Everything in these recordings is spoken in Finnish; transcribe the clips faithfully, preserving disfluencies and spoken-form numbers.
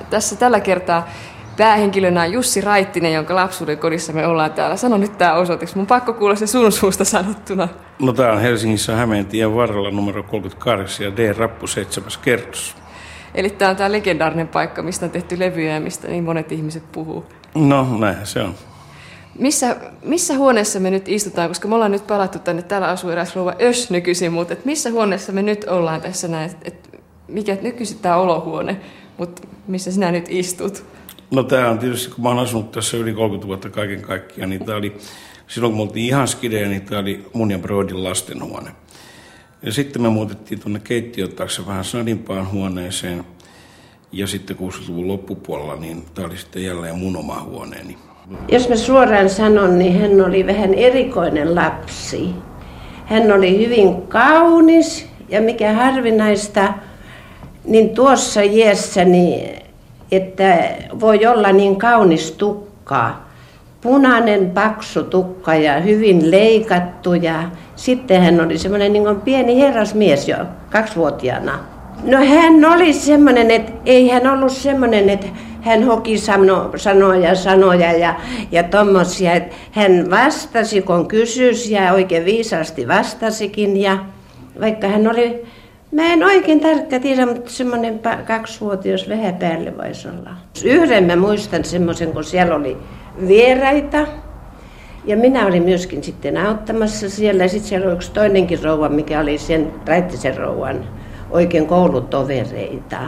Tässä tällä kertaa päähenkilönä on Jussi Raittinen, jonka lapsuuden kodissa me ollaan täällä. Sano nyt tää osoiteksi. Mun pakko kuulla se sun suusta sanottuna. No tää on Helsingissä Hämeentien varrella numero kolmekymmentäkahdeksan ja D-rappu seitsemäs kerros. Eli tää on tää legendaarinen paikka, mistä on tehty levyjä ja mistä niin monet ihmiset puhuu. No näinhän se on. Missä, missä huoneessa me nyt istutaan, koska me ollaan nyt palattu tänne, täällä asuu eräs rouva Ös nykyisin, mutta et missä huoneessa me nyt ollaan tässä näin, että et, mikä nykyisin tää olohuone, mutta missä sinä nyt istut? No tää on tietysti, kun mä oon asunut tässä yli kolmekymmentä vuotta kaiken kaikkiaan, niin tää oli, silloin kun me oltiin ihan skidejä, niin tää oli mun ja Broidin lastenhuone. Ja sitten me muutettiin tuonne keittiön taakse vähän sadimpaan huoneeseen, ja sitten kuusikymmentäluvun loppupuolella, niin tää oli sitten jälleen mun oma huoneeni. Jos mä suoraan sanon, niin hän oli vähän erikoinen lapsi. Hän oli hyvin kaunis ja mikä harvinaista, niin tuossa iässä, niin, että voi olla niin kaunis tukka. Punainen paksu tukka ja hyvin leikattu ja sitten hän oli semmoinen niin kuin pieni herrasmies jo kaksivuotiaana. No hän oli semmoinen, että ei hän ollut semmoinen, että hän hoki sano, sanoja sanoja ja, ja tommosia. Että hän vastasi, kun kysysi ja oikein viisaasti vastasikin. Ja vaikka hän oli, mä en oikein tarkka tiedä, mutta semmoinen kaksivuotias vähän päälle voisi olla. Yhden mä muistan semmoisen, kun siellä oli vieraita. Ja minä olin myöskin sitten auttamassa siellä. Ja sitten siellä oli yksi toinenkin rouva, mikä oli sen Raittisen rouvan oikein koulutovereita.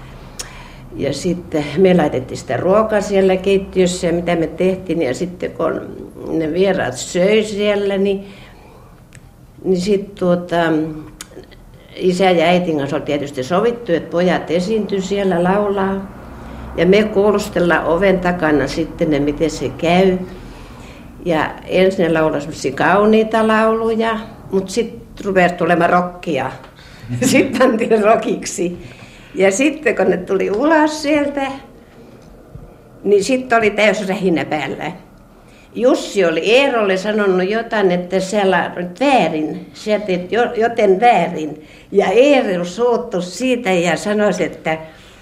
Ja sitten me laitettiin sitä ruokaa siellä keittiössä ja mitä me tehtiin. Ja sitten kun ne vieraat söi siellä, niin, niin sitten tuota, isä ja äitin kanssa oli tietysti sovittu, että pojat esiintyy siellä laulaa. Ja me kuulustellaan oven takana sitten, ne, miten se käy. Ja ensin ne laulaa semmoisia kauniita lauluja, mutta sitten rupeaa tulemaan rockia. Sitten pantiin rockiksi. Ja sitten kun ne tuli ulos sieltä, niin sitten oli täys rähinä päällä. Jussi oli Eerolle sanonut jotain, että siellä on väärin, sieltä joten väärin. Ja Eero suuttui siitä ja sanoi, että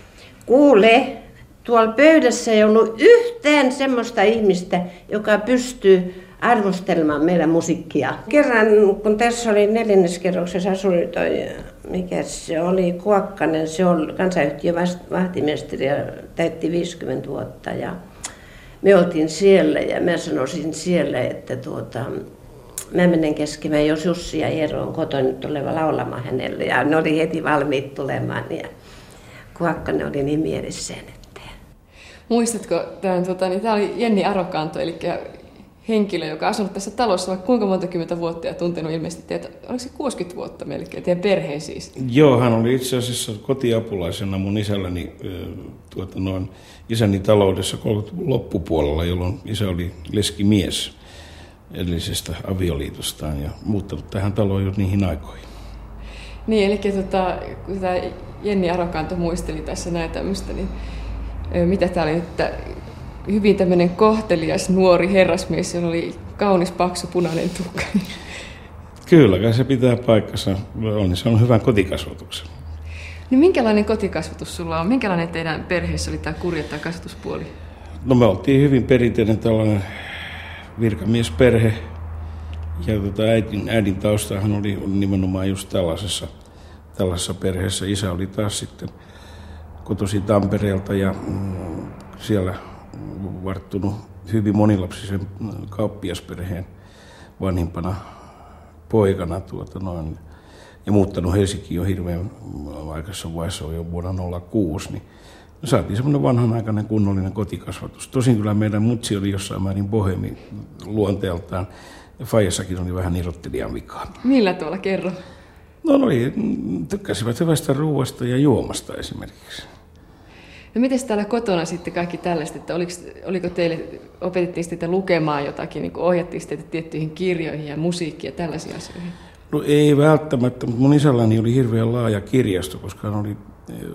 kuule, tuolla pöydässä ei ollut yhtään semmoista ihmistä, joka pystyy arvostelemaan meidän musiikkia. Kerran, kun tässä oli neljänneskerroksessa asui toi, mikä se oli, Kuokkanen, se oli kansayhtiön vahtimestari ja täytti viisikymmentä vuotta. Ja me oltiin siellä ja mä sanoisin siellä, että tuota, mä menen keskimään, jos Jussi ja Eero on kotona tuleva laulamaan hänelle. Ja ne oli heti valmiit tulemaan ja Kuokkanen oli niin mielissään. Että... Muistatko, tämä tota, niin oli Jenni Arokanto, eli henkilö, joka on asunut tässä talossa vaikka kuinka monta kymmentä vuotta ja tuntenut ilmeisesti teitä, oliko se kuusikymmentä vuotta melkein, teidän perheen siis? Joo, hän oli itse asiassa kotiapulaisena mun isälläni, tuota noin, isäni taloudessa kolmekymmentäluvun loppupuolella, jolloin isä oli leskimies edellisestä avioliitostaan ja muuttanut tähän taloon jo niihin aikoihin. Niin, eli tota, kun tämä Jenni Arokanto muisteli tässä näitä tämmöistä, niin mitä tämä oli, että hyvin tämmöinen kohtelias nuori herrasmies, jolla oli kaunis paksu punainen tukka. Kyllä, kai se pitää paikkansa. On, se on hyvän kotikasvatuksen. No minkälainen kotikasvatus sulla on? Minkälainen teidän perheessä oli tämä kurja tai kasvatuspuoli? No me oltiin hyvin perinteinen tällainen virkamiesperhe. Ja tota äidin, äidin taustahan oli nimenomaan just tällaisessa, tällaisessa perheessä. Isä oli taas sitten kotoisin Tampereelta ja mm, siellä varttunut hyvin monilapsisen kauppiasperheen vanhimpana poikana tuota noin, ja muuttanut Helsinkiin jo hirveän aikaisessa vaiheessa, jo vuonna nolla kuusi, niin me saatiin semmoinen vanhanaikainen kunnollinen kotikasvatus. Tosin kyllä meidän mutsi oli jossain määrin bohemi luonteeltaan, ja faijassakin oli vähän irrottelijan vikaa. Millä tuolla, kerro? No oli, tykkäsivät hyvästä ruuasta ja juomasta esimerkiksi. No miten täällä kotona sitten kaikki tällaista, että oliko, oliko teille, opetettiin teitä lukemaan jotakin, niin ohjattiin teitä tiettyihin kirjoihin ja musiikkiin ja tällaisiin asioihin? No ei välttämättä, mutta mun isälläni oli hirveän laaja kirjasto, koska hän oli,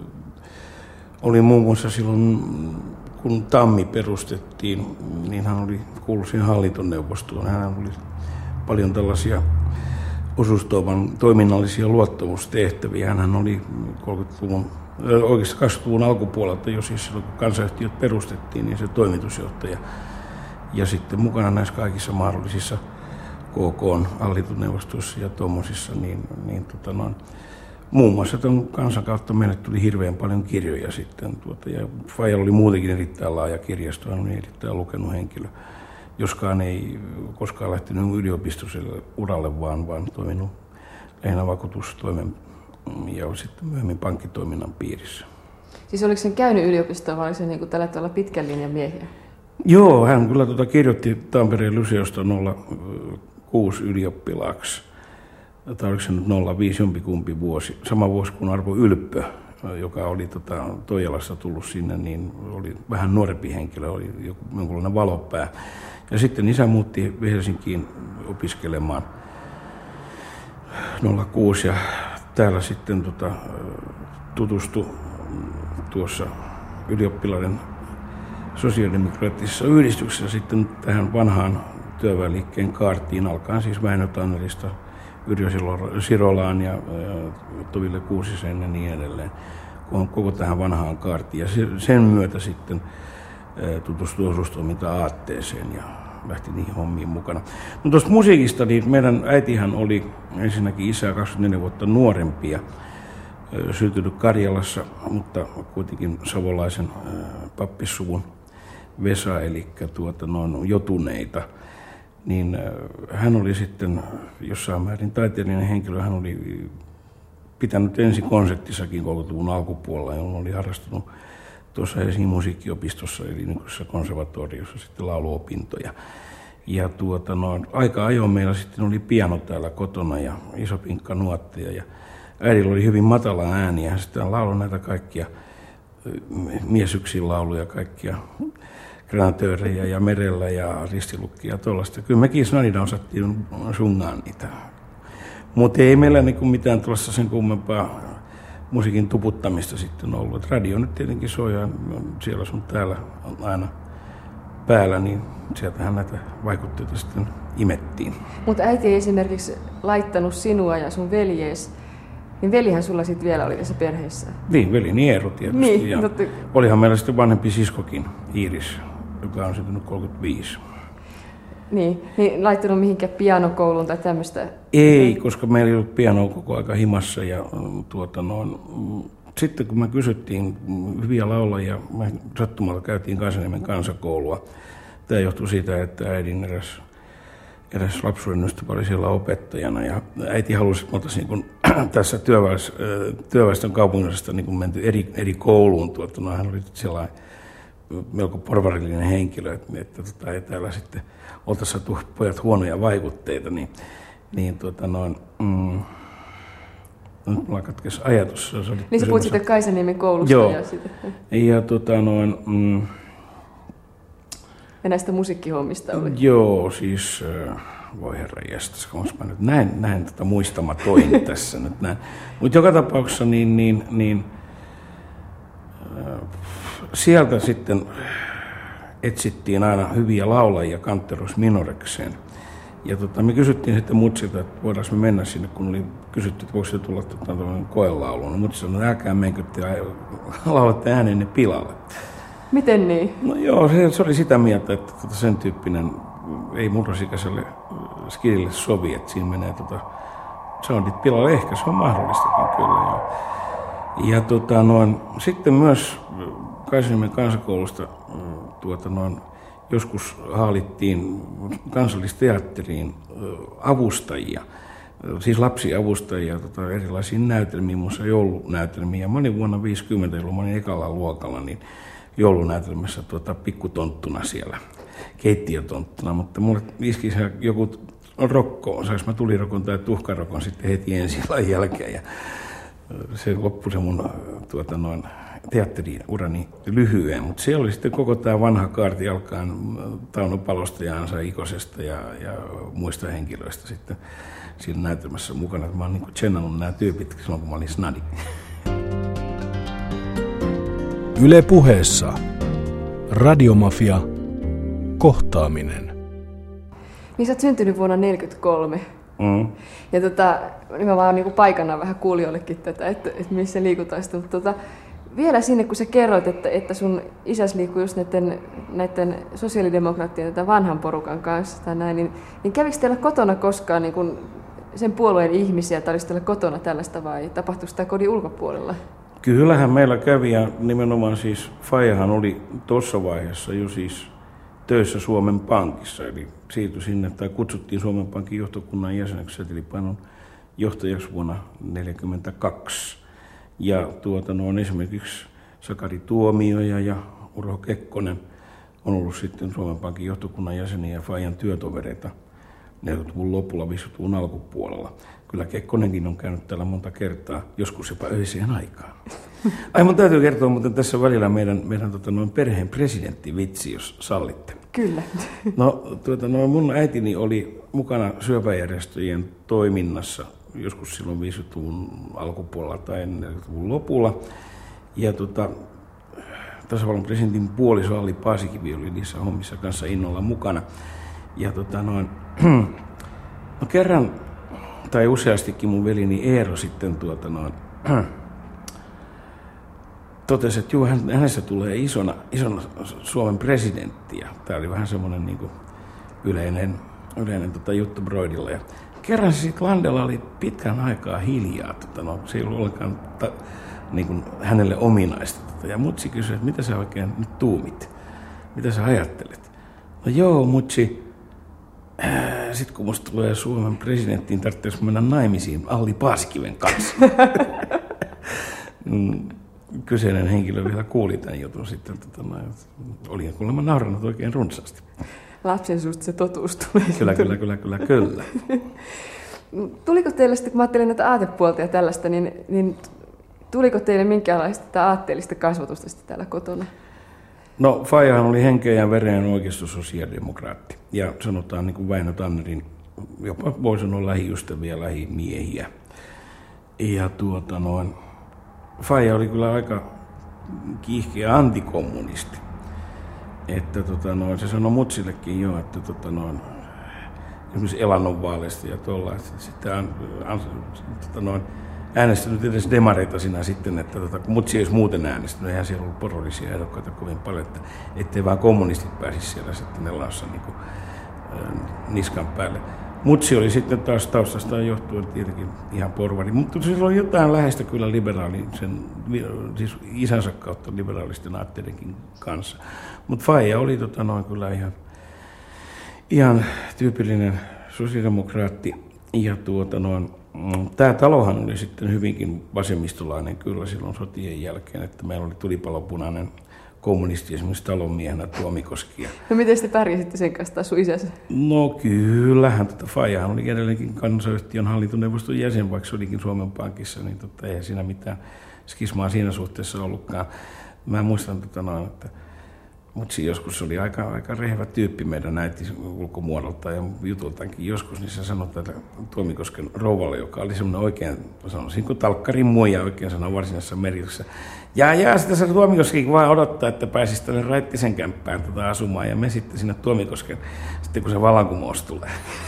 oli muun muassa silloin, kun Tammi perustettiin, niin hän oli kuullut siihen hallintoneuvostoon. Hän oli paljon tällaisia osuustoiman toiminnallisia luottamustehtäviä. Hän oli kolmekymmentäluvun oikeastaan kaksikymmentäluvun alkupuolelta jo siis silloin, kun kansayhtiöt perustettiin, niin se toimitusjohtaja. Ja sitten mukana näissä kaikissa mahdollisissa K K:n hallintoneuvostoissa ja tuommoisissa, niin, niin tota noin, muun muassa tuon kansan kautta meille tuli hirveän paljon kirjoja sitten. Tuota, ja Fajalla oli muutenkin erittäin laaja kirjasto, hän oli erittäin lukenut henkilö. Joskaan ei koskaan lähtenyt yliopistoiselle uralle, vaan, vaan toiminut lähinnä vakuutustoimen ja sitten myöhemmin pankkitoiminnan piirissä. Siis oliko sen käynyt yliopistoon vai oliko se niin tällä tavalla pitkän linjan miehiä? Joo, hän kyllä tuota kirjoitti Tampereen Lyseosta nolla kuusi ylioppilaaksi. Tai oliko se nyt nolla viisi jompikumpi vuosi. Sama vuosi kuin Arvo Ylppö, joka oli tota, Toijalassa tullut sinne, niin oli vähän nuorempi henkilö, oli joku jonkunlainen valopää. Ja sitten isä muutti Helsinkiin opiskelemaan nolla kuusi ja täällä sitten tota, tutustui tuossa ylioppilaiden sosiaalidemokraattisessa yhdistyksessä sitten tähän vanhaan työväenliikkeen kaartiin, alkaen siis Väinö Tannerista, Yrjö Sirolaan ja, ja Toville Kuusiseen ja niin edelleen, koko tähän vanhaan kaartiin. Ja sen myötä sitten tutustui osuustoiminta-aatteeseen ja lähti niihin hommiin mukana. No tuosta musiikista, niin meidän äitihän oli ensinnäkin isää kaksikymmentäneljä vuotta nuorempia, syntynyt Karjalassa, mutta kuitenkin savolaisen pappissuvun Vesa, eli tuota, noin jotuneita. Niin hän oli sitten jossain määrin taiteellinen henkilö. Hän oli pitänyt ensin konserttissakin kolmekymmentäluvun alkupuolella, jolloin oli harrastunut tuossa Helsingin musiikkiopistossa, eli nykyisessä konservatoriossa sitten lauluopintoja. Ja tuota, no, aika ajoin meillä sitten oli piano täällä kotona ja iso pinkka nuotteja. Ja äidillä oli hyvin matala ääni ja hän sitten lauloi näitä kaikkia miesyksin lauluja, kaikkia granatöörejä ja merellä ja ristilukkia ja tuollaista. Kyllä mekin snadina osattiin sungaa niitä. Mutta ei meillä niinku mitään tuollaista sen kummempaa musiikin tuputtamista sitten ollut. Et radio nyt tietenkin soi ja siellä sun täällä on aina päällä, niin sieltähän näitä vaikutteita sitten imettiin. Mutta äiti ei esimerkiksi laittanut sinua ja sun veljees, niin velihän sulla sitten vielä oli tässä perheessä? Niin, veli Niero tietysti. Niin, ja totta... olihan meillä sitten vanhempi siskokin, Iiris, joka on syntynyt kolmekymmentäviisi. Niin, niin laittanut mihinkään pianokouluun tai tämmöistä? Ei, koska meillä ei ollut pianoa koko aika himassa. Ja, tuota, noin, sitten kun me kysyttiin hyviä laulajia, me sattumalla käytiin Kansaniemen kansakoulua. Tämä johtui siitä, että äidin eräs, eräs lapsuuden ystävä oli siellä opettajana. Ja äiti halusi, että me niin tässä työväes, työväestön kaupungisesta niin menty eri, eri kouluun. Tuota, no, hän oli sellainen melko porvarillinen henkilö, että, että tota, ei täällä sitten oltaisiin saatu pojat huonoja vaikutteita, niin, niin tuota noin, mm, nyt mulla katkesi ajatus. Niin sä puhut sitten Kaisaniemen koulusta. Joo, ja, sitä. ja tota noin, mm, ja näistä musiikkihommista oli. Joo, siis, voi herra jästäs, kun mä nyt näin, näin tota muistamatoin tässä nyt näin. Mutta joka tapauksessa niin, niin, niin sieltä sitten etsittiin aina hyviä laulajia Kanteros Minorekseen. Ja tota, me kysyttiin sitten Mutsilta, että voidaanko me mennä sinne, kun oli kysytty, että voiko se tulla tota, koelauluun. No Mutsi sanoi, että älkää menkö, että laulatte äänenne pilalle. Miten niin? No joo, se, se oli sitä mieltä, että tota, sen tyyppinen ei murrosikäiselle skidille sovi, että siinä menee tota, soundit pilalle. Ehkä se on mahdollistakin kyllä. Ja, ja tota, noin, sitten myös Kaisaniemen kansakoulusta tuota, noin, joskus haalittiin Kansallisteatteriin avustajia, siis lapsiavustajia tota, erilaisiin näytelmiin, muun muassa joulunäytelmiin. Ja mä olin vuonna viisikymmentä, jolloin mä olin ekalla luokalla, niin joulunäytelmässä tuota, pikkutonttuna siellä, keittiötonttuna, mutta mulle iski se joku rokko, saanko mä tulirokon tai tuhkarokon sitten heti ensi illan jälkeen. Ja se loppui se mun tuota, noin, teatteriurani lyhyen, mutta siellä oli sitten koko tämä vanha kaarti alkaen Tauno Palosta ja Ansa Ikosesta ja, ja muista henkilöistä sitten siinä näytelmässä mukana. Mä oon niin kuin tsennannut nämä tyypit silloin, kun mä olin snadi. Yle Puheessa. Radiomafia. Kohtaaminen. Niin sä oot syntynyt vuonna tuhatyhdeksänsataaneljäkymmentäkolme. Mm. Ja tota, niin mä vaan niin kuin paikana vähän kuulijoillekin tätä, että, että missä liikutaan. Mutta tota, vielä sinne, kun sä kerroit, että, että sun isäs liikkui just näiden, näiden sosiaalidemokraattien tämän vanhan porukan kanssa tai näin, niin, niin kävikö teillä kotona koskaan niin kun sen puolueen ihmisiä, tai olisi teillä kotona tällaista vai tapahtuiko sitä kodin ulkopuolella? Kyllähän meillä kävi, ja nimenomaan siis Faijahan oli tuossa vaiheessa jo siis töissä Suomen Pankissa, eli siirtyi sinne, tai kutsuttiin Suomen Pankin johtokunnan jäseneksi setelipainon johtajaksi vuonna tuhatyhdeksänsataaneljäkymmentäkaksi. Ja tuota, no on esimerkiksi Sakari Tuomioja ja Urho Kekkonen on ollut sitten Suomen Pankin johtokunnan jäseniä ja Faijan työtovereita neljäkymmentäluvun lopulla, viisikymmentäluvun alkupuolella. Kyllä Kekkonenkin on käynyt täällä monta kertaa, joskus jopa öiseen aikaan. Ai mun täytyy kertoa muuten tässä välillä meidän, meidän tota, noin perheen presidenttivitsi, jos sallitte. Kyllä. No, tuota, no mun äitini oli mukana syöpäjärjestöjen toiminnassa joskus silloin viisikymmentäluvun alkupuolella tai neljäkymmentäluvun lopulla. Ja tota, tasavallan presidentin puoliso Alli Paasikivi oli niissä hommissa kanssa innolla mukana. Ja tota noin, no kerran, tai useastikin mun velini Eero sitten tuota noin, totesi, että juu, hänestä tulee isona, isona Suomen presidentti. Ja tää oli vähän semmoinen niin kuin yleinen, yleinen tota juttu Broidilla. Ja kerran sitten Landella oli pitkän aikaa hiljaa, tota no, se ei ollut ollenkaan ta, niin kuin hänelle ominaista. Tota. Ja mutsi kysyi, että mitä sä oikein nyt tuumit? Mitä sä ajattelet? No joo, mutsi. Sitten kun musta tulee Suomen presidenttiin, tarvitsisi mennä naimisiin Alli Paasikiven kanssa. Kyseinen henkilö vielä kuuli tämän jutun sitten. Tota, olin kuulemma naurannut oikein runsaasti. Lapsen suusta se totuus tulee. Kyllä, kyllä, kyllä, kyllä, kyllä. Tuliko teille sitten, kun mä ajattelin näitä aatepuolta ja tällaista, niin, niin tuliko teille minkäänlaista aatteellista kasvatusta sitten täällä kotona? No, Faijahan oli henkeen ja vereen oikeisto-sosiaalidemokraatti. Ja sanotaan niin kuin Väinö Tannerin, jopa voi sanoa lähiystäviä, lähimiehiä. Ja tuota noin, Faija oli kyllä aika kiihkeä antikommunisti. Että tota noin, se sanoi mutsillekin jo, että tota noin, esimerkiksi elannonvaaleista ja tuolla, sitten an, an, tota noin, äänestänyt edes demareita siinä sitten, että tota, kun mutsi ei olisi muuten äänestänyt, eihän siellä ollut porollisia ehdokkaita kovin paljon, että ettei vaan kommunistit pääsisi siellä sitten nelaussa niin kuin, äh, niskan päälle. Mutsi oli sitten taas taustastaan johtuen tietenkin ihan porvari, mutta sillä oli jotain läheistä kyllä liberaali, sen, siis isänsä kautta liberaalisten aatteidenkin kanssa. Mutta Faija oli tota, noin kyllä ihan, ihan tyypillinen sosiaalidemokraatti ja tuota noin, tämä talohan oli sitten hyvinkin vasemmistolainen kyllä silloin sotien jälkeen, että meillä oli tulipalopunainen kommunisti esimerkiksi talonmiehenä Tuomikoski. No miten te pärjäsitte sen kanssa tai sun isänsä? No kyllähän, tota, Faijahan oli edelleenkin kansanyhtiön hallintoneuvoston jäsen, vaikka se olikin Suomen Pankissa, niin tota, eihän siinä mitään skismaa siinä suhteessa ollutkaan. Mä muistan, tota, noin, että mutsi joskus oli aika, aika rehevä tyyppi meidän äiti ulkomuodolta ja jutultaankin joskus, niin se sanoi tätä Tuomikosken rouvalle, joka oli semmoinen oikein, sanoisin kuin talkkarin muija oikein sanoi varsinaisessa merkityksessä. Ja, ja sitten se Tuomikoski vaan odottaa, että pääsisi tänne Raittisen kämppään tota asumaan ja me sitten sinne Tuomikosken, sitten kun se vallankumous tulee.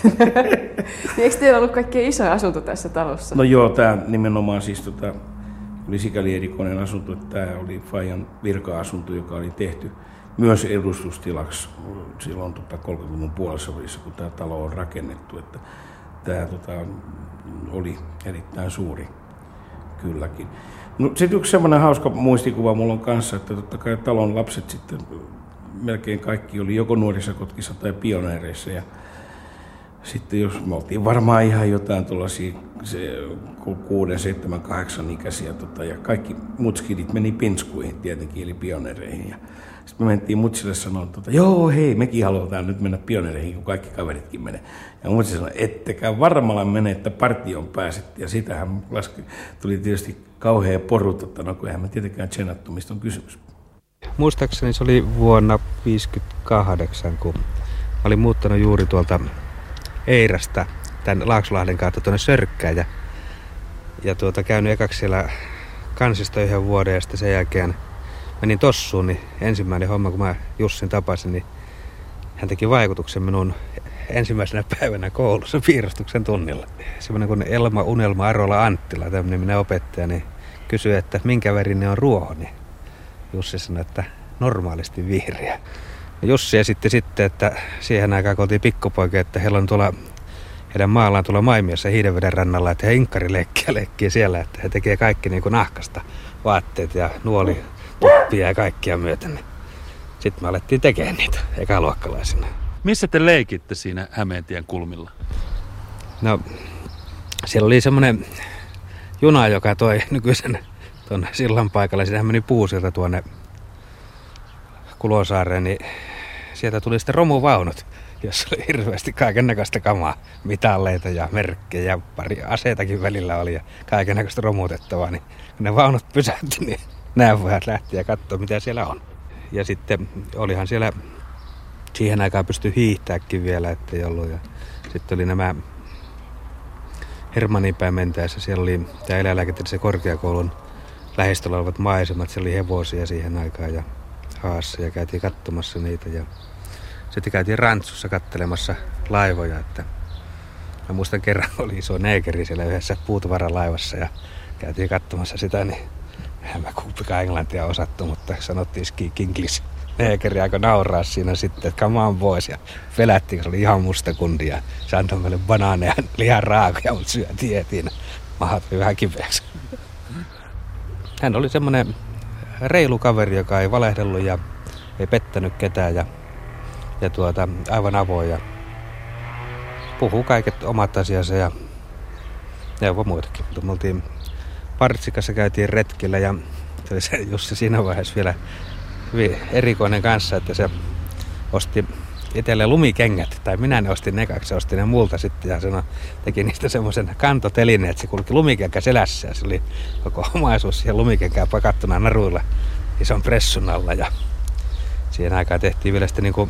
Eikö teillä ollut kaikkein isoin asunto tässä talossa? No joo, tämä nimenomaan siis tota, oli sikäli erikoinen asunto, että tämä oli Faijan virka-asunto, joka oli tehty myös edustustilaksi silloin tota, kolmekymmentäluvun puolessa välissä, kun tämä talo on rakennettu. Että tämä tota, oli erittäin suuri kylläkin. No, sitten yksi semmoinen hauska muistikuva mulla on kanssa, että totta kai talon lapset sitten melkein kaikki oli joko nuorisokotkissa tai pioneereissa. Ja sitten jos me oltiin varmaan ihan jotain tuollaisia kuuden, seitsemän, kahdeksan ikäisiä tota, ja kaikki mutskidit meni pinskuihin tietenkin, eli pioneereihin. Ja sitten me mentiin mutsille sanoa, että joo hei, mekin halutaan nyt mennä pioneereihin, kun kaikki kaveritkin menee. Ja mutsi sanoi, ettekä varmalla mene, että partioon pääset. Ja sitähän laski, tuli tietysti kauhea porut, että no kun eihän me tietenkään tsenattu, mistä on kysymys. Muistaakseni se oli vuonna viisikymmentäkahdeksan, kun olin muuttanut juuri tuolta Eirästä tämän Laaksolahden kautta tuonne Sörkkään ja, ja tuota, käynyt ekaksi siellä kansista yhden vuoden ja sitten sen jälkeen menin tossuun, niin ensimmäinen homma, kun mä Jussin tapasin, niin hän teki vaikutuksen minun ensimmäisenä päivänä koulussa piirustuksen tunnilla. Semmoinen kuin Elma Unelma Arola Anttila, tämmöinen minä opettaja, niin kysyi, että minkä värinen on ruoho, niin Jussi sanoi, että normaalisti vihreä. Ja Jussi esitti sitten, että siihen aikaan kun oltiin pikkupoikia, että heillä on tuolla, heidän maallaan tuolla Maimiossa Hiidenveden rannalla, että he inkkarileikkiä leikkii siellä, että he tekee kaikki niin kuin nahkasta vaatteet ja nuoli, tuppia ja kaikkia myöten. Sitten me alettiin tekemään niitä ekaluokkalaisina. Missä te leikitte siinä Hämeentien kulmilla? No, siellä oli semmoinen juna, joka toi nykyisen tuonne sillan paikalle. Siinähän meni puusilta tuonne Kulosaareen, niin sieltä tuli sitten romuvaunut, jossa oli hirveästi kaikennäköistä kamaa, mitalleita ja merkkejä ja pari aseitakin välillä oli ja kaikennäköistä romutettavaa. Niin kun ne vaunut pysähti, niin nämä pojat lähti ja katsoi, mitä siellä on. Ja sitten olihan siellä, siihen aikaan pystyi hiihtääkin vielä, ettei ollut. Ja sitten oli nämä Hermanninpäin mentäessä, siellä oli tämä eläinlääketieteellisen korkeakoulun lähistöllä olevat maisemat, siellä oli hevosia siihen aikaan ja haassa ja käytiin katsomassa niitä. Ja sitten käytiin Rantsussa katselemassa laivoja, että mä muistan kerran oli iso neekeri siellä yhdessä puutavaralaivassa ja käytiin katsomassa sitä, niin eihän mä kumpikaan englantia osattu, mutta sanottiin speak English. Neekeri aika nauraa siinä sitten, että come on boys, ja pelättiin, kun se oli ihan musta kundi ja se antoi meille banaaneja, lihan raakoja, mutta syötiin etiin. Mahat oli vähän kipeäksi. Hän oli semmoinen reilu kaveri, joka ei valehdellut ja ei pettänyt ketään ja, ja tuota, aivan avoin ja puhuu kaiket omat asiansa ja neuvoi muitakin. Me oltiin Partsikassa, käytiin retkillä ja se oli se Jussi siinä vaiheessa vielä hyvin erikoinen kanssa, että se osti itselleen lumikengät, tai minä ne ostin ne kaksi, se osti ne multa sitten ja sanoi, teki niistä semmoisen kantotelineen, että se kulki lumikenkä selässä ja se oli koko omaisuus siihen lumikenkään pakattuna naruilla ison pressun alla ja siihen aikaan tehtiin vielä sitten niinku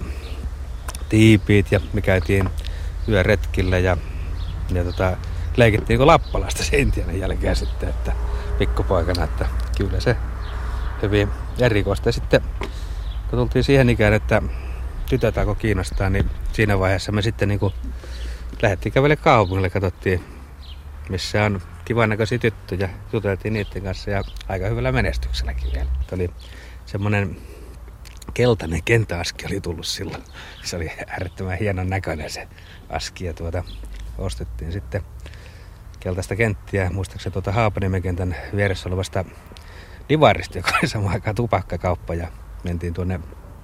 tiipiit ja me käytiin yöretkillä ja, ja tota, leikittiin niinku lappalaista se intianin jälkeen sitten, että pikkupoikana, että kyllä se hyvin erikoista. Ja sitten kun tultiin siihen ikään, että tytöt alkoi kiinnostaa, niin siinä vaiheessa me sitten niin kuin lähdettiin kävelle kaupungille, katsottiin missä on kivan näköisiä tyttöjä, juteltiin niiden kanssa ja aika hyvällä menestykselläkin vielä. Tämä oli semmoinen keltainen kenttäaski oli tullut silloin. Se oli äärettömän hienon näköinen se aski ja tuota, ostettiin sitten keltaista kenttiä, muistaakseni tuota Haapaniemen kentän vieressä olevasta Divarista, joka oli samaan aikaan tupakkakauppa ja mentiin tuonne,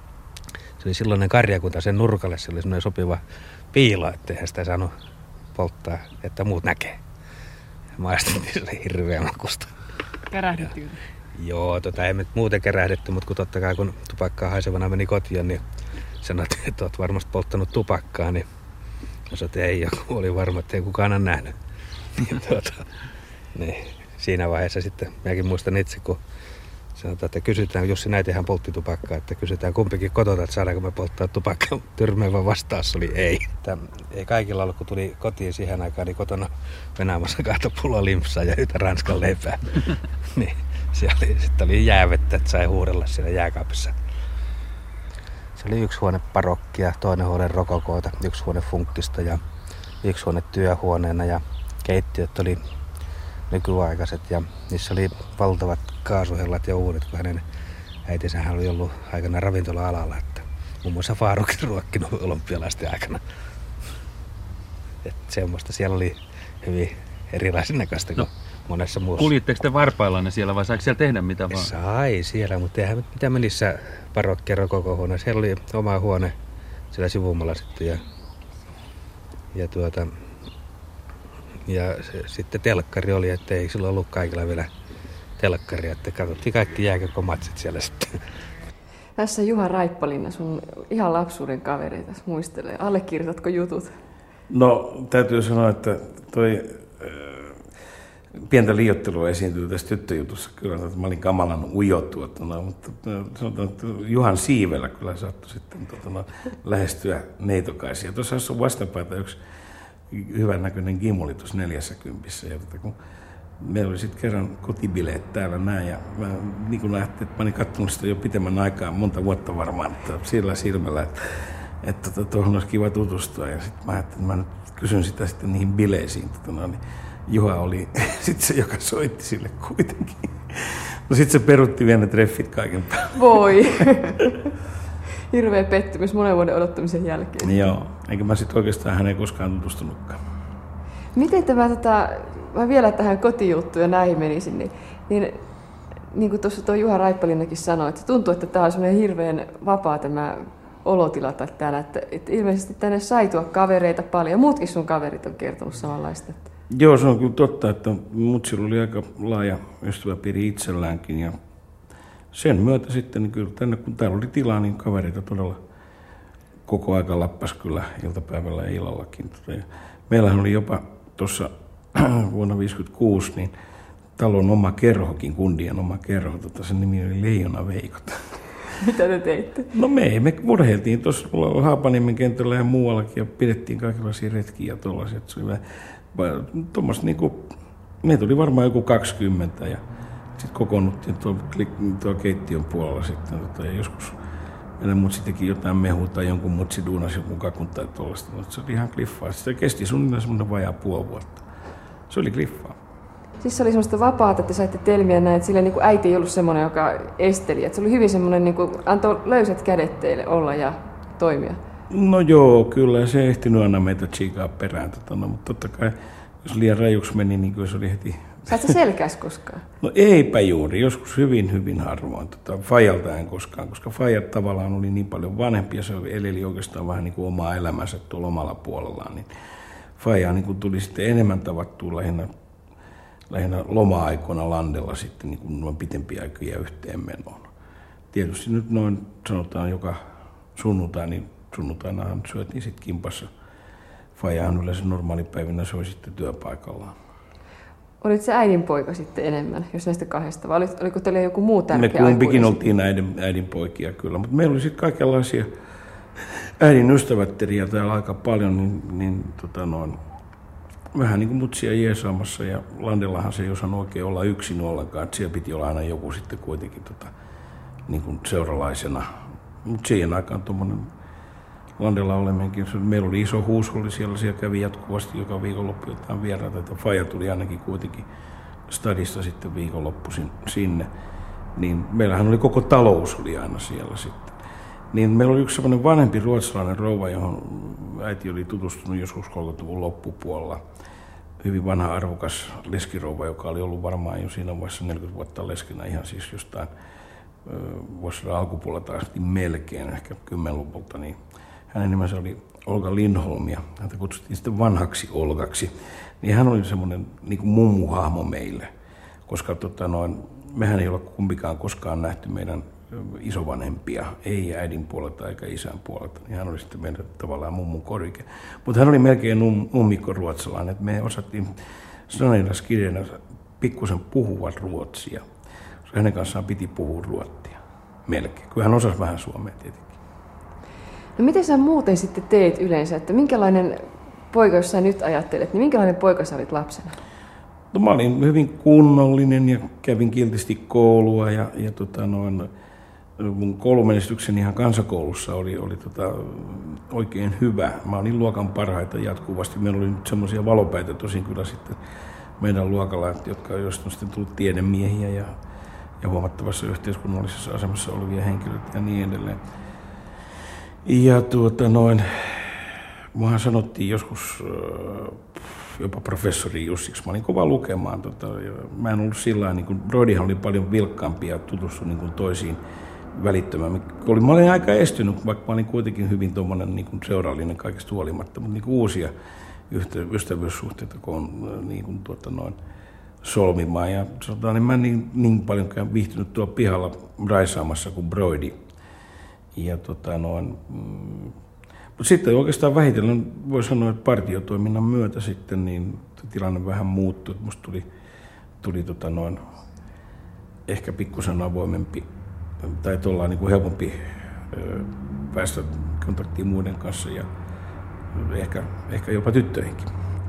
se oli silloinen karjakunta sen nurkalle, se oli semmoinen sopiva piilo, ettei sitä saanut polttaa, että muut näkee. Maistettiin, se oli hirveä makusta. Kärähdettiin? Joo, tota ei me muuten kärähdetty, mutta kun totta kai kun tupakkaa haisevana meni kotiin, niin sanottiin, että olet varmasti polttanut tupakkaa, niin mä sanoin, että ei, joku oli varma, että ei kukaan ole nähnyt. Ja tuota, niin, siinä vaiheessa sitten, minäkin muistan itse, kun sanotaan, että kysytään, Jussi näitihän poltti tupakkaa, että kysytään kumpikin kotota, että saadaanko me polttaa tupakkaa. Tyrmeivä vastaus oli ei. Että ei kaikilla ollut, kun tuli kotiin siihen aikaan, niin kotona venaamassa kahta pulloa limpsaa ja yhtä ranskan leipää. Niin, siellä oli, sitten oli jäävettä, että sai huudella siellä jääkaapissa. Se oli yksi huone parokkia, toinen huone rokokoita, yksi huone funkkista ja yksi huone työhuoneena ja keittiöt oli nykyaikaiset ja niissä oli valtavat kaasuhellat ja uudet, kun hänen äitinsä oli ollut aikana ravintola-alalla, että muun muassa Faarukin ruokkinut olympialaisten aikana. Että semmoista siellä oli hyvin erilaisen näköistä kuin no, monessa muussa. Kuljitteko te varpaillanne siellä vai saiko siellä tehdä mitä vaan? Sai siellä, mutta eihän mitä me niissä parokkien rokokohuoneissa. Siellä oli oma huone siellä sivummalla sitten ja, ja tuota... Ja se, sitten telkkari oli, että ei silloin ollut kaikilla vielä telkkaria, että katsottiin kaikki jääkiekkomatsit siellä sitten. Tässä Juha Raippalinna, sun ihan lapsuuden kaveri tässä muistelee. Allekirjoitatko jutut? No täytyy sanoa, että toi äh, pientä liioittelua esiintyy tässä tyttöjutussa kyllä, että mä olin kamalan ujo tuotuna, mutta sanotaan, että Juhan siivellä kyllä saattoi sitten tuotuna, lähestyä neitokaisia. Tuossa on vastapäätä yksi hyvän näköinen gimuli tuossa neljässä kympissä. Ja tota, kun meillä oli sitten kerran kotibileet täällä näin ja mä niin kuin lähtin, että mä olin katsonut sitä jo pitemmän aikaa, monta vuotta varmaan, että sillä silmällä, että, että tuohon olisi kiva tutustua. Ja sitten mä ajattelin, että mä nyt kysyn sitä sitten niihin bileisiin. Tota, niin Juha oli sitten se, joka soitti sille kuitenkin. No sitten se perutti vielä ne treffit kaiken päälle. Voi. Hirveä pettymys monen vuoden odottamisen jälkeen. Joo, eikä mä sitten oikeastaan häneen koskaan tutustunutkaan. Miten tämä, tota, mä vielä tähän kotijuttuun ja näihin menisin, niin, niin, niin kuin tuossa tuo Juha Raippalinnakin sanoi, että tuntuu, että tämä on semmoinen hirveän vapaa tämä olotila täällä, että, että ilmeisesti tänne sai tuoda kavereita paljon, ja muutkin sun kaverit on kertonut samanlaista. Että... Joo, se on kyllä totta, että mutsilla oli aika laaja ystäväpiiri itselläänkin, ja sen myötä sitten niin kyllä tänne, kun täällä oli tilaa, niin kavereita todella koko aika lappas kyllä iltapäivällä ja illallakin. Meillähän oli jopa tuossa vuonna viisikymmentäkuusi niin talon oma kerhokin, kundien oma kerho, tota, sen nimi oli Leijona Veikot. Mitä te teitte? No me, me murheiltiin tuossa Haapaniemen kentällä ja muuallakin ja pidettiin kaikenlaisia retkiä ja tuollaisia. Se oli tuommoista niinku, meitä oli varmaan joku kaksikymmentä ja sitten kokoonnuttiin tuolla tuo keittiön puolella sitten. Tota, ja joskus meidän mutsi teki jotain mehua tai jonkun mutsi duunasi jonkun kakun tai tuollaista. No, se oli ihan kliffaa. Se kesti suunnilleen semmoinen vajaa puoli vuotta. Se oli kliffaa. Siis se oli semmoista vapaata, että saitte telmiä näin, että sillä niin kuin äiti ei ollut semmoinen, joka esteli. Että se oli hyvin semmoinen, niin kuin antoi löysät kädet teille olla ja toimia. No joo, kyllä se ei ehtinyt aina meitä tsiikaa perään. Tota, no, mutta totta kai, jos liian rajuksi meni, niin kyllä se oli heti... Saat sä selkäs koskaan? No eipä juuri, joskus hyvin, hyvin harvoin. Tota, Fajalta en koskaan, koska Fajat tavallaan oli niin paljon vanhempi ja se eleli oikeastaan vähän niin kuin omaa elämänsä tuolla omalla puolellaan. Niin Fajaa niin tuli sitten enemmän tavattua lähinnä, lähinnä loma-aikoina landella sitten niin kuin noin pitempiä aikoja yhteenmenoon. Tietysti nyt noin sanotaan joka sunnuntai, niin sunnuntainahan syötiin sitten kimpassa. Fajahan yleensä normaalipäivinä se oli sitten työpaikallaan. Olit se äidin poika sitten enemmän, jos näistä kahdesta, vai oliko teillä joku muu tärkeä aikuinen? Me kumpikin oltiin äidin, äidin poikia kyllä, mutta meillä oli sitten kaikenlaisia äidin ystävätteriä täällä aika paljon, niin, niin tota noin, vähän niin kuin mutsia jeesaamassa, ja Landellahan se ei osannut oikein olla yksin ollenkaan, että siellä piti olla aina joku sitten kuitenkin tota, niin kuin seuralaisena. Mutta siihen aikaan tuommoinen Landella olemmekin, meillä oli iso huusholli siellä, siellä kävi jatkuvasti joka viikonloppu jotain vieraita, että faija tuli ainakin kuitenkin stadista sitten viikonloppuisin sinne. Niin meillähän oli koko talous oli aina siellä sitten. Niin meillä oli yksi sellainen vanhempi ruotsalainen rouva, johon äiti oli tutustunut joskus kolmekymmentäluvun loppupuolella. Hyvin vanha arvokas leskirouva, joka oli ollut varmaan jo siinä vaiheessa neljäkymmentä vuotta leskenä ihan siis jostain vuosisadan alkupuolella taas melkein, ehkä kymmenluvulta. Niin hänen nimensä oli Olga Lindholm ja häntä kutsuttiin sitten vanhaksi Olgaksi. Niin hän oli semmoinen niin kuin mummuhahmo meille, koska tota noin, mehän ei ole kumpikaan koskaan nähty meidän isovanhempia, ei äidin puolelta eikä isän puolelta. Niin hän oli sitten meidän tavallaan mummun korike. Mutta hän oli melkein num, nummikko ruotsalainen, että me osattiin Snanilas kirjana pikkusen puhua ruotsia. Hänen kanssaan piti puhua ruottia, melkein. Kyllä hän osasi vähän suomea tietenkin. No miten sä muuten sitten teet yleensä, että minkälainen poika, jos sä nyt ajattelet, niin minkälainen poika sä olit lapsena? No mä olin hyvin kunnollinen ja kävin kiltisti koulua ja, ja tota noin, mun koulumenestykseni ihan kansakoulussa oli, oli tota oikein hyvä. Mä olin luokan parhaita jatkuvasti. Meillä oli nyt semmoisia valopäitä tosin kyllä sitten meidän luokalla, jotka joista on sitten tullut tiedemiehiä ja, ja huomattavassa yhteiskunnallisessa asemassa olevia henkilöitä ja niin edelleen. Ja tuota noin, muahan sanottiin joskus jopa professori Jussiksi, mä olin kova lukemaan. Tota, ja mä en ollut sillä niin kuin Broidihan oli paljon vilkkaampi ja tutustui niin kuin toisiin välittömään. Mä olin aika estynyt, vaikka mä olin kuitenkin hyvin tommonen niin kuin seurallinen kaikesta huolimatta, mutta niin kuin uusia ystävyyssuhteita, kun on niin kuin tuota noin solmimaan. Ja sanotaan, niin mä en niin, niin paljonkään viihtynyt tuolla pihalla raisaamassa kuin Broidi. Ja tota noin, mm, mutta sitten oikeastaan vähitellen voi sanoa, että partiotoiminnan myötä sitten niin tilanne vähän muuttui. Musta tuli, tuli tota noin, ehkä pikkusen avoimempi tai tuolla niin kuin helpompi ö, päästä kontaktiin muiden kanssa ja ehkä, ehkä jopa tyttöihinkin.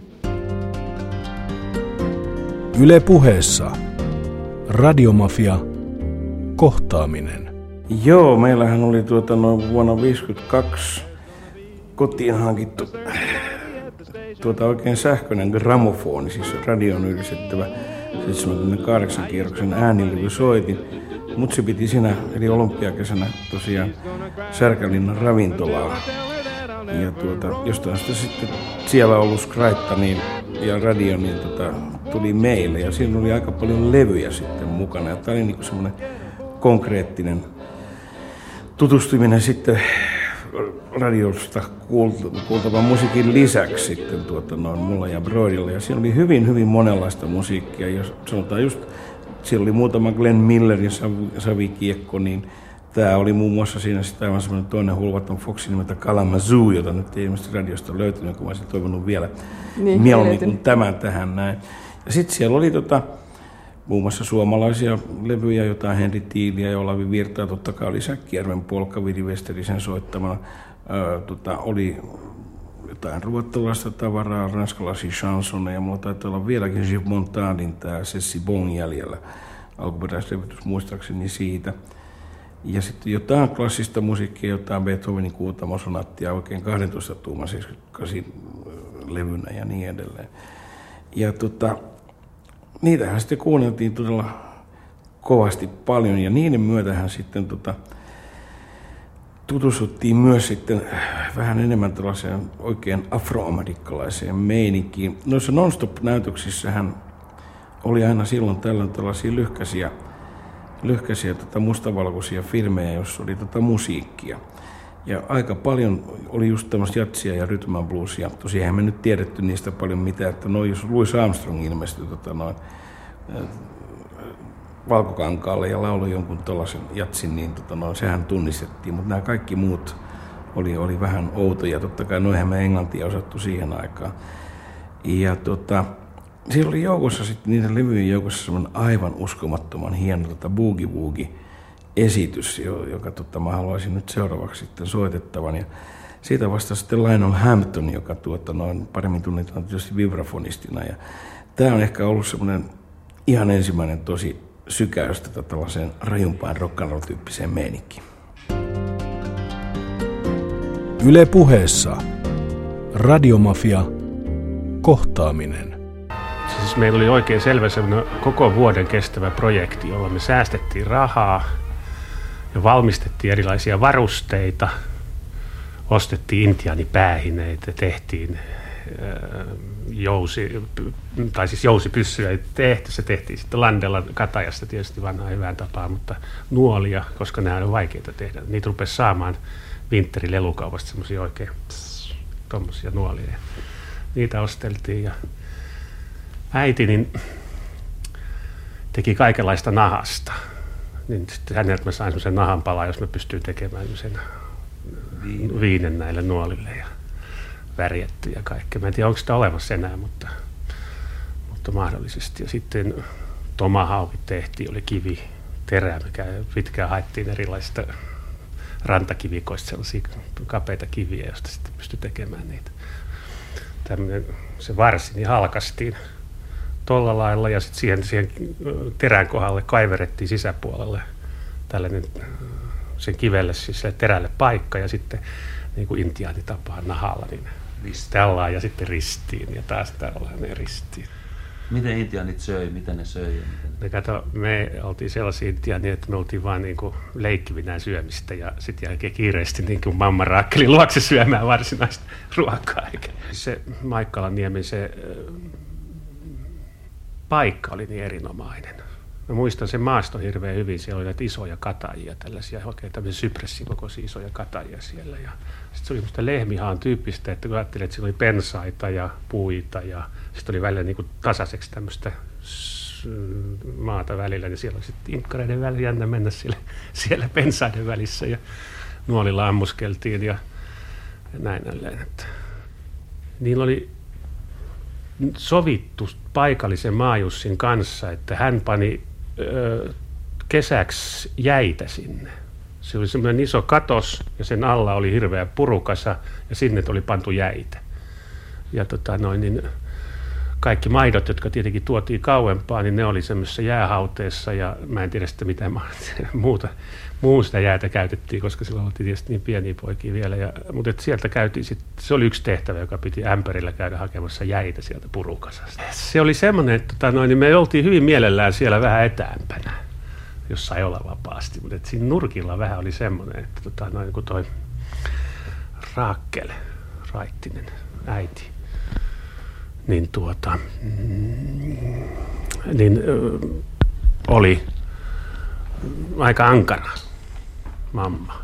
Yle Puheessa Radiomafia kohtaaminen. Joo, meillähän oli tuota noin vuonna viisikymmentäkaksi kotiin hankittu tuota oikein sähköinen gramofoni, siis radioon yhdistettävä seitsemänkymmentäkahdeksan kierroksen äänilevysoitin. Mutsi piti siinä, eli olympiakesänä tosiaan Särkänlinnan ravintolaa. Ja tuota, jostain sitä sitten siellä ollut skraitta niin, ja radio, niin tota, tuli meille. Ja siinä oli aika paljon levyjä sitten mukana. Ja tämä oli niin semmoinen konkreettinen tutustuminen sitten radiosta kuultavan musiikin lisäksi sitten tuota, noin mulla ja Broidilla. Ja siinä oli hyvin, hyvin monenlaista musiikkia. Ja sanotaan just, siellä oli muutama Glenn Millerin savikiekko, niin tämä oli muun muassa siinä sitten aivan semmoinen toinen hulvaton foksi nimeltä Kalamazoo, jota nyt ei ilmeisesti radiosta löytynyt, kun mä olisin toivonut vielä niin, mieluummin kuin tämän tähän näin. Ja sitten siellä oli tota, muun muassa suomalaisia levyjä, jotain Henri Tiiliä ja Olavi Virtaa, totta kai oli Säkkijärven polkka, Viri Westerisen soittamana. Öö, tota, oli jotain ruottalaista tavaraa, ranskalaisia chansoneja, mulla taitaa olla vieläkin Gilles Montandin tämä Ceci Bon jäljellä, alkuperäislevytys muistaakseni siitä. Ja sitten jotain klassista musiikkia, jotain Beethovenin kuutamosonaattia, oikein kaksitoista tuuman seitsemänkymmentäkahdeksan levynä ja niin edelleen. Ja tota, niitähän sitten kuunneltiin todella kovasti paljon ja niiden myötähän sitten tota, tutustuttiin myös sitten vähän enemmän tällaiseen oikein afroamerikkalaiseen meininkiin. Noissa non-stop-näytöksissähän oli aina silloin tällöin tällaisia lyhkäisiä, lyhkäisiä tota mustavalkoisia filmejä, joissa oli tota musiikkia. Ja aika paljon oli just tämmöistä jatsia ja rhythm and bluesia. Tosiaan eihän me nyt tiedetty niistä paljon mitään, että no, jos Louis Armstrong ilmestyi tota noin, äh, valkokankaalle ja lauloi jonkun tuollaisen jatsin, niin tota noin, sehän tunnistettiin. Mutta nämä kaikki muut oli, oli vähän outoja. Totta kai noihän me englantia osattu siihen aikaan. Ja tota, siellä oli joukossa sitten niiden levyjen joukossa semmoinen aivan uskomattoman hieno tota boogie woogie esitys, joka tota, mä haluaisin nyt seuraavaksi sitten soitettavan. Ja siitä vasta sitten Lionel Hampton, joka tuota, noin paremmin tunnetaan tietysti vibrafonistina. Ja tämä on ehkä ollut semmoinen ihan ensimmäinen tosi sykäys tätä tällaiseen rajumpaan rock'n'roll-tyyppiseen meininkiin. Yle Puheessa Radiomafia kohtaaminen. Siis meillä oli oikein selvä semmoinen koko vuoden kestävä projekti, jolla me säästettiin rahaa ja valmistettiin erilaisia varusteita, ostettiin intiaanipäähineitä, tehtiin äh, jousi, tai siis jousipyssyjä ei tehty, se tehtiin sitten Landellan katajasta tietysti vanhaa hyvään tapaan, mutta nuolia, koska nämä on vaikeita tehdä. Niitä rupesi saamaan Winterin lelukaupasta semmoisia oikein pss, tommosia nuolia. Niitä osteltiin ja äiti niin teki kaikenlaista nahasta. Niin sitten häneltä mä sain semmoisen nahanpalan, jos mä pystyin tekemään sen Viine. viinen näille nuolille ja värjetty ja kaikkea. Mä en tiedä, onko sitä olemassa enää, mutta, mutta mahdollisesti. Ja sitten tomahaukit tehtiin, oli kivi, terä, mikä pitkään haettiin erilaisista rantakivikoista, sellaisia kapeita kiviä, joista sitten pystyi tekemään niitä. Tämmöinen, se varsi niin halkaistiin tuolla lailla ja sitten siihen, siihen terän kohdalle kaiverettiin sisäpuolelle tällainen sen kivelle, siis sille terälle paikka ja sitten niin kuin intiaanitapaan nahalla, niin tällä ja sitten ristiin ja taas tällainen ristiin. Miten intiaanit söi, miten ne söi? Ja miten... Me, kato, me oltiin sellaisia intiaania, että me oltiin vaan niin kuin leikkivinään syömistä ja sitten jälkeen kiireesti niin kuin mamma raakkeli luokse syömään varsinaista ruokaa. Se Maikkalanniemen se paikka oli niin erinomainen. Mä muistan sen maaston hirveän hyvin, siellä oli näitä isoja katajia, tällaisia oikein tämmöisiä sypressikokoisia isoja katajia siellä. Ja sitten se oli semmoista lehmihaan tyyppistä, että kun ajattelin, että siellä oli pensaita ja puita ja sitten oli välillä niin kuin tasaiseksi tämmöistä maata välillä, niin siellä oli sitten inkkareiden välillä jännä mennä siellä, siellä pensaiden välissä ja nuolilla ammuskeltiin ja näin näin. Niillä oli sovittu paikallisen maajussin kanssa, että hän pani ö, kesäksi jäitä sinne. Se oli semmoinen iso katos ja sen alla oli hirveä purukasa ja sinne oli pantu jäitä. Ja tota noin, niin kaikki maidot, jotka tietenkin tuotiin kauempaa, niin ne oli semmoisessa jäähauteessa ja mä en tiedä sitä mitään muuta, muusta jäätä käytettiin, koska silloin oltiin tietysti niin pieniä poikia vielä. Ja, mutta et sieltä käytiin sit, se oli yksi tehtävä, joka piti ämpärillä käydä hakemassa jäitä sieltä purukasasta. Se oli semmoinen, että tota, noin, niin me oltiin hyvin mielellään siellä vähän etäämpänä, jos sai olla vapaasti, mutta et siinä nurkilla vähän oli semmoinen, että tota, noin kuin toi Raakel, Raittinen, äiti, niin tuota, niin ö, oli aika ankara mamma.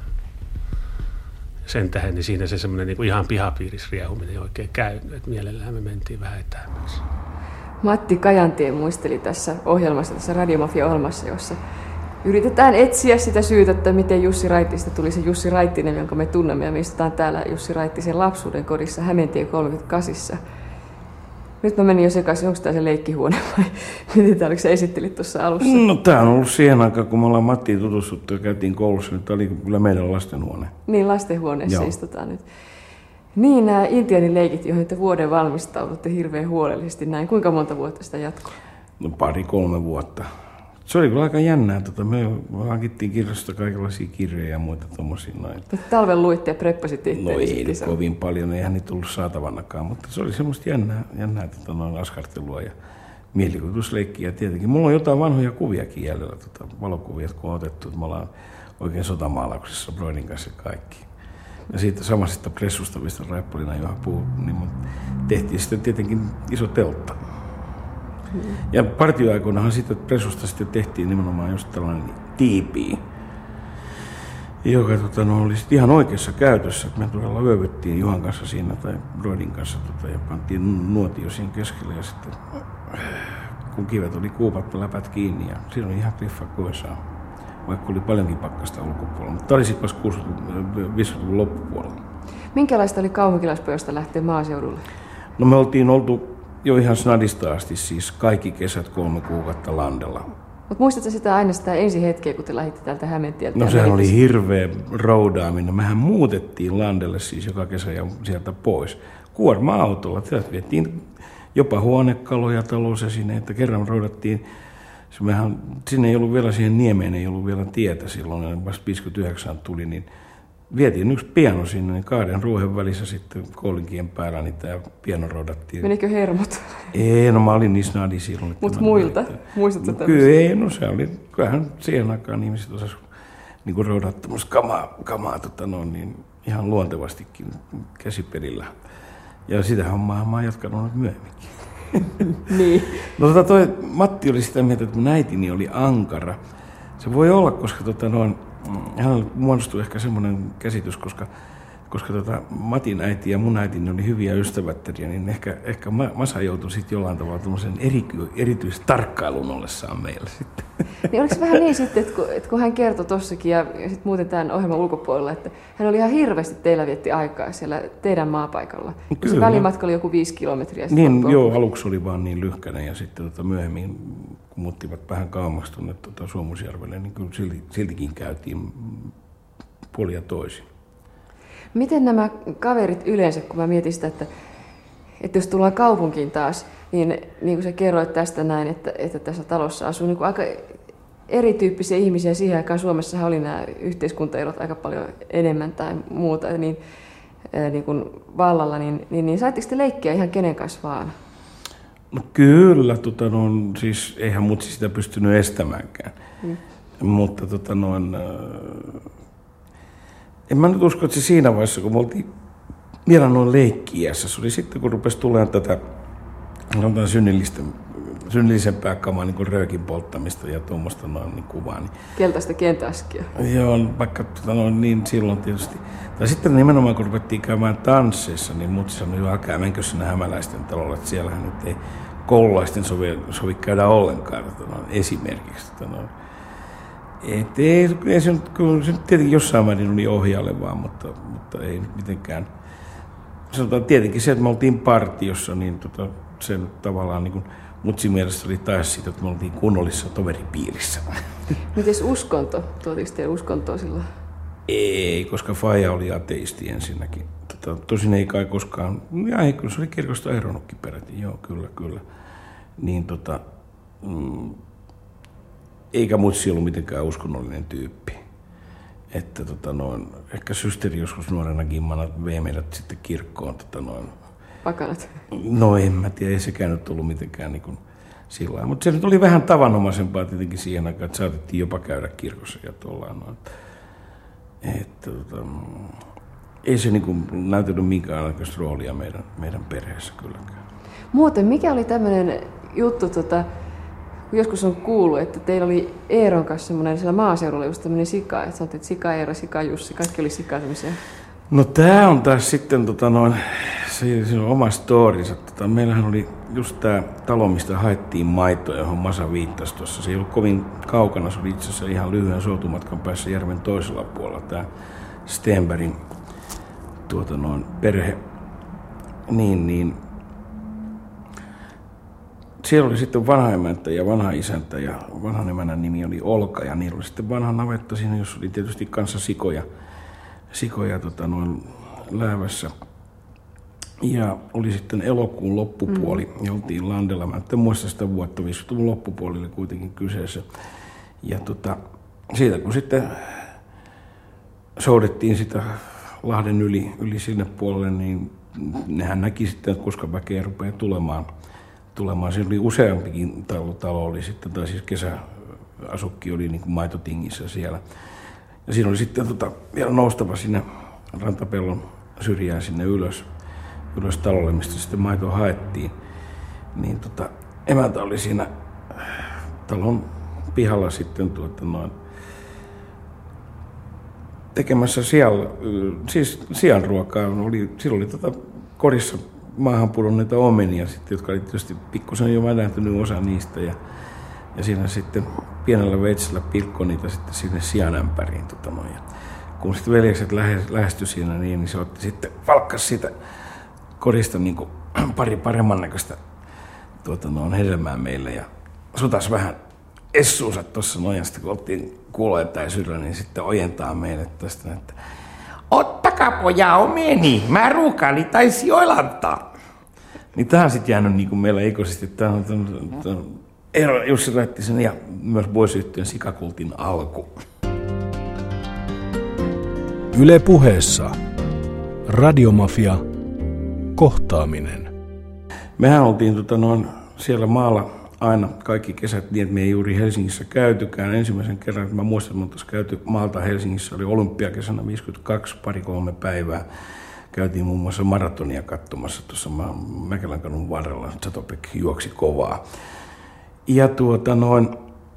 Sen tähden niin siinä se semmoinen niin kuin ihan pihapiirissä riehuminen ei oikein käynyt, että mielellään me mentiin vähän etäämmäksi. Matti Kajantie muisteli tässä ohjelmassa, tässä Radiomafia-ohjelmassa, jossa yritetään etsiä sitä syytä, että miten Jussi Raittista tuli se Jussi Raittinen, jonka me tunnemme, ja me istutaan täällä Jussi Raittisen lapsuuden kodissa Hämeentie kolmekymmentäkahdeksan. Nyt mä menin jo sekaisin, onko tämä se leikkihuone vai miten tämä, oliko sä esittelit tuossa alussa? No tämä on ollut siihen aikaan, kun me ollaan Mattiin tutustuttu ja käytiin koulussa, niin tämä oli kyllä meidän lastenhuone. Niin, lastenhuoneessa Joo. istutaan nyt. Niin, nämä intiaanin leikit, joihin te vuoden valmistaudutte hirveän huolellisesti näin. Kuinka monta vuotta sitä jatkuu? No pari, kolme vuotta. Se oli kyllä aika jännää. Tota, me hankittiin kirjasta kaikenlaisia kirjoja ja muita tommosia noin. Talven luitte ja preppasitte itse. No ei nyt kovin paljon, eihän niitä tullut saatavanakaan, mutta se oli semmoista jännää, jännää tota, noin askartelua ja mielikuvitusleikkiä tietenkin. Mulla on jotain vanhoja kuviakin jäljellä, tota, valokuvia, kun on otettu, että me ollaan oikein sotamaalauksessa Broidin kanssa kaikki. Ja siitä samasta pressusta, mistä Raippolina Juha puhui, niin tehtiin sitten tietenkin iso teltta. Mm. Ja partioaikoinahan siitä pressusta sitten tehtiin nimenomaan just tällainen tiipi, joka tota, no, oli sitten ihan oikeassa käytössä. Me todella yövyttiin Juhan kanssa siinä tai Broidin kanssa tota, ja pantiin nuotio siinä keskellä ja sitten kun kivet oli kuupattu läpät kiinni ja siinä oli ihan kliffa koesaa. Vaikka oli paljonkin pakkasta ulkopuolella, mutta tämä oli sitten vasta kuusikymmentä-viisikymmentäluvun loppupuolella. Minkälaista oli kaupunkilaispojosta lähteä maaseudulle? No me oltiin oltu jo ihan snadista asti, siis kaikki kesät kolme kuukautta landella. Mutta muistatko sitä aina sitä ensi hetkeä, kun te lähditte täältä Hämeentieltä? No sehän oli hirveä roudaaminen. Mehän muutettiin landelle siis joka kesä ja sieltä pois. Kuorma-autolla. Täältä vietiin jopa huonekaloja, talousesineitä. Kerran roudattiin. Mehän, sinne ei ollut vielä, siihen niemeen ei ollut vielä tietä silloin, vasta viisikymmentäyhdeksän tuli, niin vietiin yksi piano sinne, niin kahden ruohen välissä sitten koolinkien päällä, niin tämä piano roudattiin. Menikö hermot? Ei, no mä olin niin snadi silloin. Mutta muilta? Muistatko no, kyllä ei, no se oli, kyllähän siihen aikaan ihmiset osasivat niin roudattamassa kamaa, kamaa tota no, niin ihan luontevastikin käsipelillä. Ja sitä hommaa mä oon jatkanut nyt myöhemminkin. Niin. No tota toi Matti oli sitä mieltä, että mun äitini oli ankara. Se voi olla, koska tota noin, hänellä muodostui ehkä semmoinen käsitys, koska, koska tota Matin äiti ja mun äitini oli hyviä ystävättäriä, niin ehkä, ehkä Masa joutui sitten jollain tavalla tämmöisen eri, erityistarkkailun ollessaan meillä sitten. Niin oliko se vähän niin sitten, että kun, että kun hän kertoi tossakin ja, ja sitten muuten tämän ohjelman ulkopuolella, että hän oli ihan hirveästi teillä vietti aikaa siellä teidän maapaikalla. Kyllä. Se välimatka oli joku viisi kilometriä. Niin, joo, aluksi oli vaan niin lyhkäinen ja sitten tota myöhemmin, kun muuttivat vähän kauemmas tuonne tota Suomusjärvelle, niin kyllä silti, siltikin käytiin puoli ja toisin. Miten nämä kaverit yleensä, kun mä mietin sitä, että, että jos tullaan kaupunkiin taas, niin niin kuin sä kerroit tästä näin, että, että tässä talossa asuu niin kuin aika erityyppisiä ihmisiä. Siihen aikaan Suomessahan oli nämä yhteiskuntaerot aika paljon enemmän tai muuta niin, niin kuin vallalla, niin, niin, niin saitteko te leikkiä ihan kenen kanssa vaan? No kyllä, tota noin, siis eihän mut sitä pystynyt estämäänkään, hmm. mutta tota noin, en mä nyt usko, että se siinä vaiheessa, kun me oltiin vielä noin leikki-iässä, se oli sitten, kun rupesi tulemaan tätä synnillisempää kamaa, niin kuin röökin polttamista ja tuommoista noin niin kuvaa. Niin, keltaista kentäskia. Joo, vaikka tota, noin, niin silloin tietysti. Tai sitten nimenomaan, kun ruvettiin käymään tansseissa, niin mut sanoi, että älkää menkö sinne hämäläisten talolle, että siellähän nyt ei koululaisten sovi, sovi käydä ollenkaan, tota, noin, esimerkiksi. Tota, noin. Et ei, ei se, nyt, kyllä, se nyt tietenkin jossain määrin oli ohjailevaa, mutta, mutta ei mitenkään. Sanotaan tietenkin se, että me oltiin partiossa, niin tota, se nyt tavallaan niin kuin mutsin mielestä oli taas siitä, että me oltiin kunnollisessa toveripiirissä. Mites uskonto? Tuotiko teidän uskontoa silloin? Ei, koska faija oli ateisti ensinnäkin. Tota, tota, tosin ei kai koskaan, ja ei, kyllä se oli kirkosta eronnutkin peräti, joo, kyllä, kyllä. Niin tota, mm, eikä mutsi ollut mitenkään uskonnollinen tyyppi. Että tota noin, ehkä systeri joskus nuorena gimmana vei meidät sitten kirkkoon. Tota noin. Pakanat? No en mä tiedä, ei sekään nyt ollut mitenkään niin kuin sillä lailla. Mutta se nyt oli vähän tavanomaisempaa tietenkin siihen aikaan, että saatettiin jopa käydä kirkossa ja tuollain noin. Että tota, ei se niin kuin näytellyt minkäänlaista roolia meidän, meidän perheessä kylläkään. Muuten, mikä oli tämmöinen juttu, tota, joskus on kuullut, että teillä oli Eeron kanssa semmoinen siellä maaseudulla just tämmöinen sika, että sanottiin, että sika Eera, sika Jussi, kaikki oli sika tämmöisiä. No tää on taas sitten tota noin, se, se on oma storinsa. Tota, meillähän oli just tää talo, mistä haettiin maitoa, johon Masa viittasi tuossa. Se ei ollut kovin kaukana, se oli itse asiassa ihan lyhyen soutumatkan päässä järven toisella puolella tää Stenbergin tuota noin, perhe. Niin, niin. Siellä oli sitten vanha emäntä ja vanha isäntä ja vanhan emännän nimi oli Olka ja niillä oli sitten vanha navetta siinä, jossa oli tietysti kanssa sikoja, sikoja tota, noin läävässä. Ja oli sitten elokuun loppupuoli mm. ja oltiin landella. Mä en muista sitä vuotta, viisikymmentäluvun loppupuoli oli kuitenkin kyseessä. Ja tota, siitä kun sitten soudettiin sitä Lahden yli, yli sinne puolelle, niin nehän näki sitten, että koska väkeä rupeaa tulemaan. tulemaan. Siinä oli useampikin talo, talo oli sitten, tai siis kesäasukki oli niin kuin maitotingissä siellä. Ja siinä oli sitten tota, vielä noustava sinne rantapellon syrjään sinne ylös, ylös talolle, mistä sitten maitoa haettiin. Niin tota, emäntä oli siinä talon pihalla sitten tuota noin tekemässä siellä, siis sianruokaa. Oli, silloin oli tota kodissa maahan pudonneita omenia, sitten, jotka oli tietysti pikkusen jo vädäntynyt osa niistä. Ja, ja siinä sitten pienellä veitsellä pilkkoi niitä sitten sinne sianämpäriin. Tota noin. Ja kun sitten veljekset lähestyi siinä, niin, niin se otti sitten, valkkasi siitä kodista niin kuin pari paremman näköistä tuota noin hedelmää meille. Ja sutas vähän essuunsa tuossa noin, ja sitten kun oltiin kuuloetäisyydellä, niin sitten ojentaa meille tästä, että ottakaa poja omeni, mä ruukaali taisi oilantaa. Niin tähän on sitten jäänyt niin kuin meillä ikuisesti. Tämä on, on, on Eero Jussi Rättisen ja myös Boys-yhtyön Sikakultin alku. Yle Puheessa Radiomafia kohtaaminen. Mehän oltiin tota noin, siellä maalla aina kaikki kesät niin, että me ei juuri Helsingissä käytykään. Ensimmäisen kerran, että mä muistan, että me oltaisiin käyty maalta Helsingissä, oli olympiakesänä viisikymmentäkaksi, pari-kolme päivää. Käytiin muun muassa maratonia katsomassa tuossa Mäkelänkadun varrella. Zatopek juoksi kovaa. Ja tuota noin,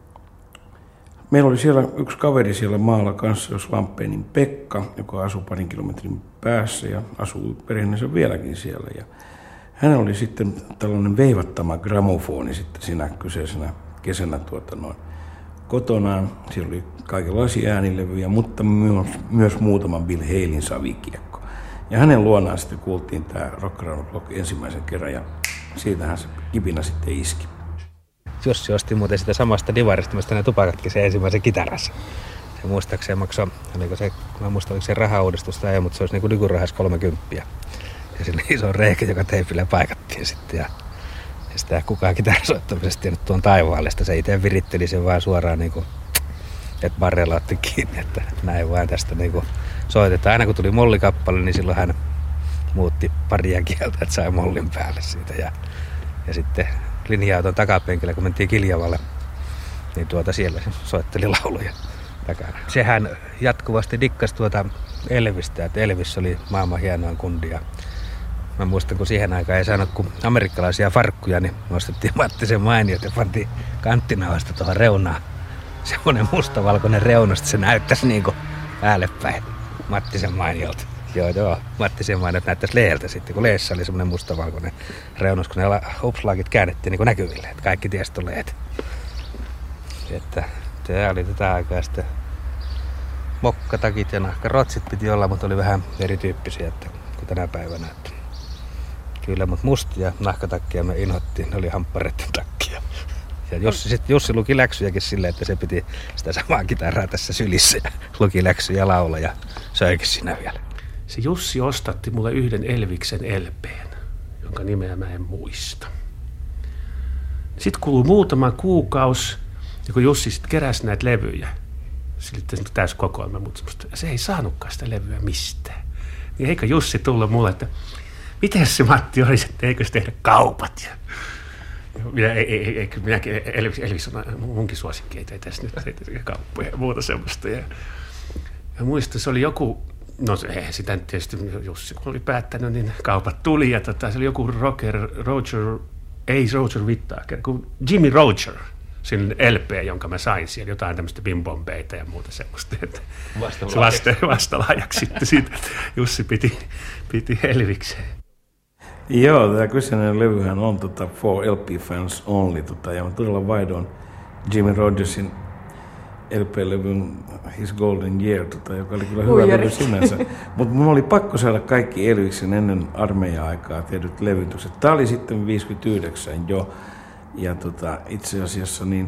meillä oli siellä yksi kaveri siellä maalla kanssa, jos Lampeenin Pekka, joka asui parin kilometrin päässä ja asuu perinnössä vieläkin siellä. Ja hänellä oli sitten tällainen veivattama gramofoni sitten siinä kyseisenä kesänä tuota noin kotonaan. Siellä oli kaikenlaisia äänilevyjä, mutta myös, myös muutama Bill Haleyn savikiekko. Ja hänen luonaan sitten kuultiin tämä Rock Around the Clock ensimmäisen kerran ja siitähän se kipinä sitten iski. Jussi osti muuten sitä samasta divarista, mistä ne tupakatkin se ensimmäisen kitarassa. Se muistaakseni maksoi, oliko se, mä muistan, oliko se rahauudistus tai ei, mutta se olisi niin kuin nykyrahassa kolmekymppiä. Ja sinne iso reikä, joka teipillä paikattiin sitten. Ja, ja sitä kukaan kitarasoittamisesta tiennyt tuon taivaallista. Se itse viritteli sen vaan suoraan, niin kuin, että barreella otti kiinni, että näin vaan tästä niin kuin soitetaan. Aina kun tuli mollikappale, niin silloin hän muutti paria kieltä, että sai mollin päälle siitä. Ja, ja sitten linja-auton takapenkillä, kun mentiin Kiljavalle, niin tuota siellä soitteli lauluja takana. Sehän jatkuvasti dikkasi tuota Elvistä, että Elvis oli maailman hienoin kundi. Ja mä muistan, kun siihen aikaan ei saanut kuin amerikkalaisia farkkuja, niin nostettiin Mattisen mainiot ja pantiin kanttinauhasta tuohon reunaan. Semmoinen mustavalkoinen reunasta, se näyttäisi niin kuin päälle päin Mattisen mainiolta. Joo, joo. Mattisen mainiot näyttäisi leeltä sitten, kun leessä oli semmoinen mustavalkoinen reunus, kun ne upslaakit käännettiin niin kuin näkyville, että kaikki tiesi on leet. Että tämä oli tätä aikaa sitten mokkatakit ja nahkarotsit piti olla, mutta oli vähän erityyppisiä että, kuin tänä päivänä. Että. Kyllä, mutta mustia nahkatakkia me inhottiin, ne oli hamppareiden takkia. Ja Jussi, sit Jussi luki läksyjäkin silleen, että se piti sitä samaa kitaraa tässä sylissä ja luki läksyjä laula ja söikin siinä vielä. se Jussi ostatti mulle yhden Elviksen L P:n, jonka nimeä mä en muista. Sitten kului muutama kuukausi, ja kun Jussi sitten keräsi näitä levyjä, sitten täyskokoelma, mutta se ei saanutkaan sitä levyä mistään. Niin eikö Jussi tullut mulle, että miten se Matti olisi, että eikö se tehdä kaupat? Ja minä, ei, ei, ei, minäkin, Elvis, Elvis on munkin suosikki, ei tässä nyt kauppoja ja muuta semmoista. Ja, ja muistan, se oli joku, no eihän sitä nyt tietysti Jussi kun oli päättänyt, niin kaupat tuli. Ja tota, se oli joku rocker, Roger, ei Roger Whittaker, kuin Jimmy Roger. Siinä L P, jonka mä sain siellä, jotain tämmöistä bimbombeita ja muuta semmoista. Että se vasta, vastalaajaksi sitten siitä Jussi piti, piti Elvikseen. Joo, tämä kyseinen levyhän on tota, for L P fans only. Tota, ja mä todella vaihdoin Jimmy Rogersin L P-levyn His Golden Year, tota, joka oli kyllä hyvä levy sinänsä. Mutta mun oli pakko saada kaikki Elviksen ennen armeija-aikaa tehdyt levytykset. Tämä oli sitten viisikymmentäyhdeksän jo. Ja tota, itse asiassa niin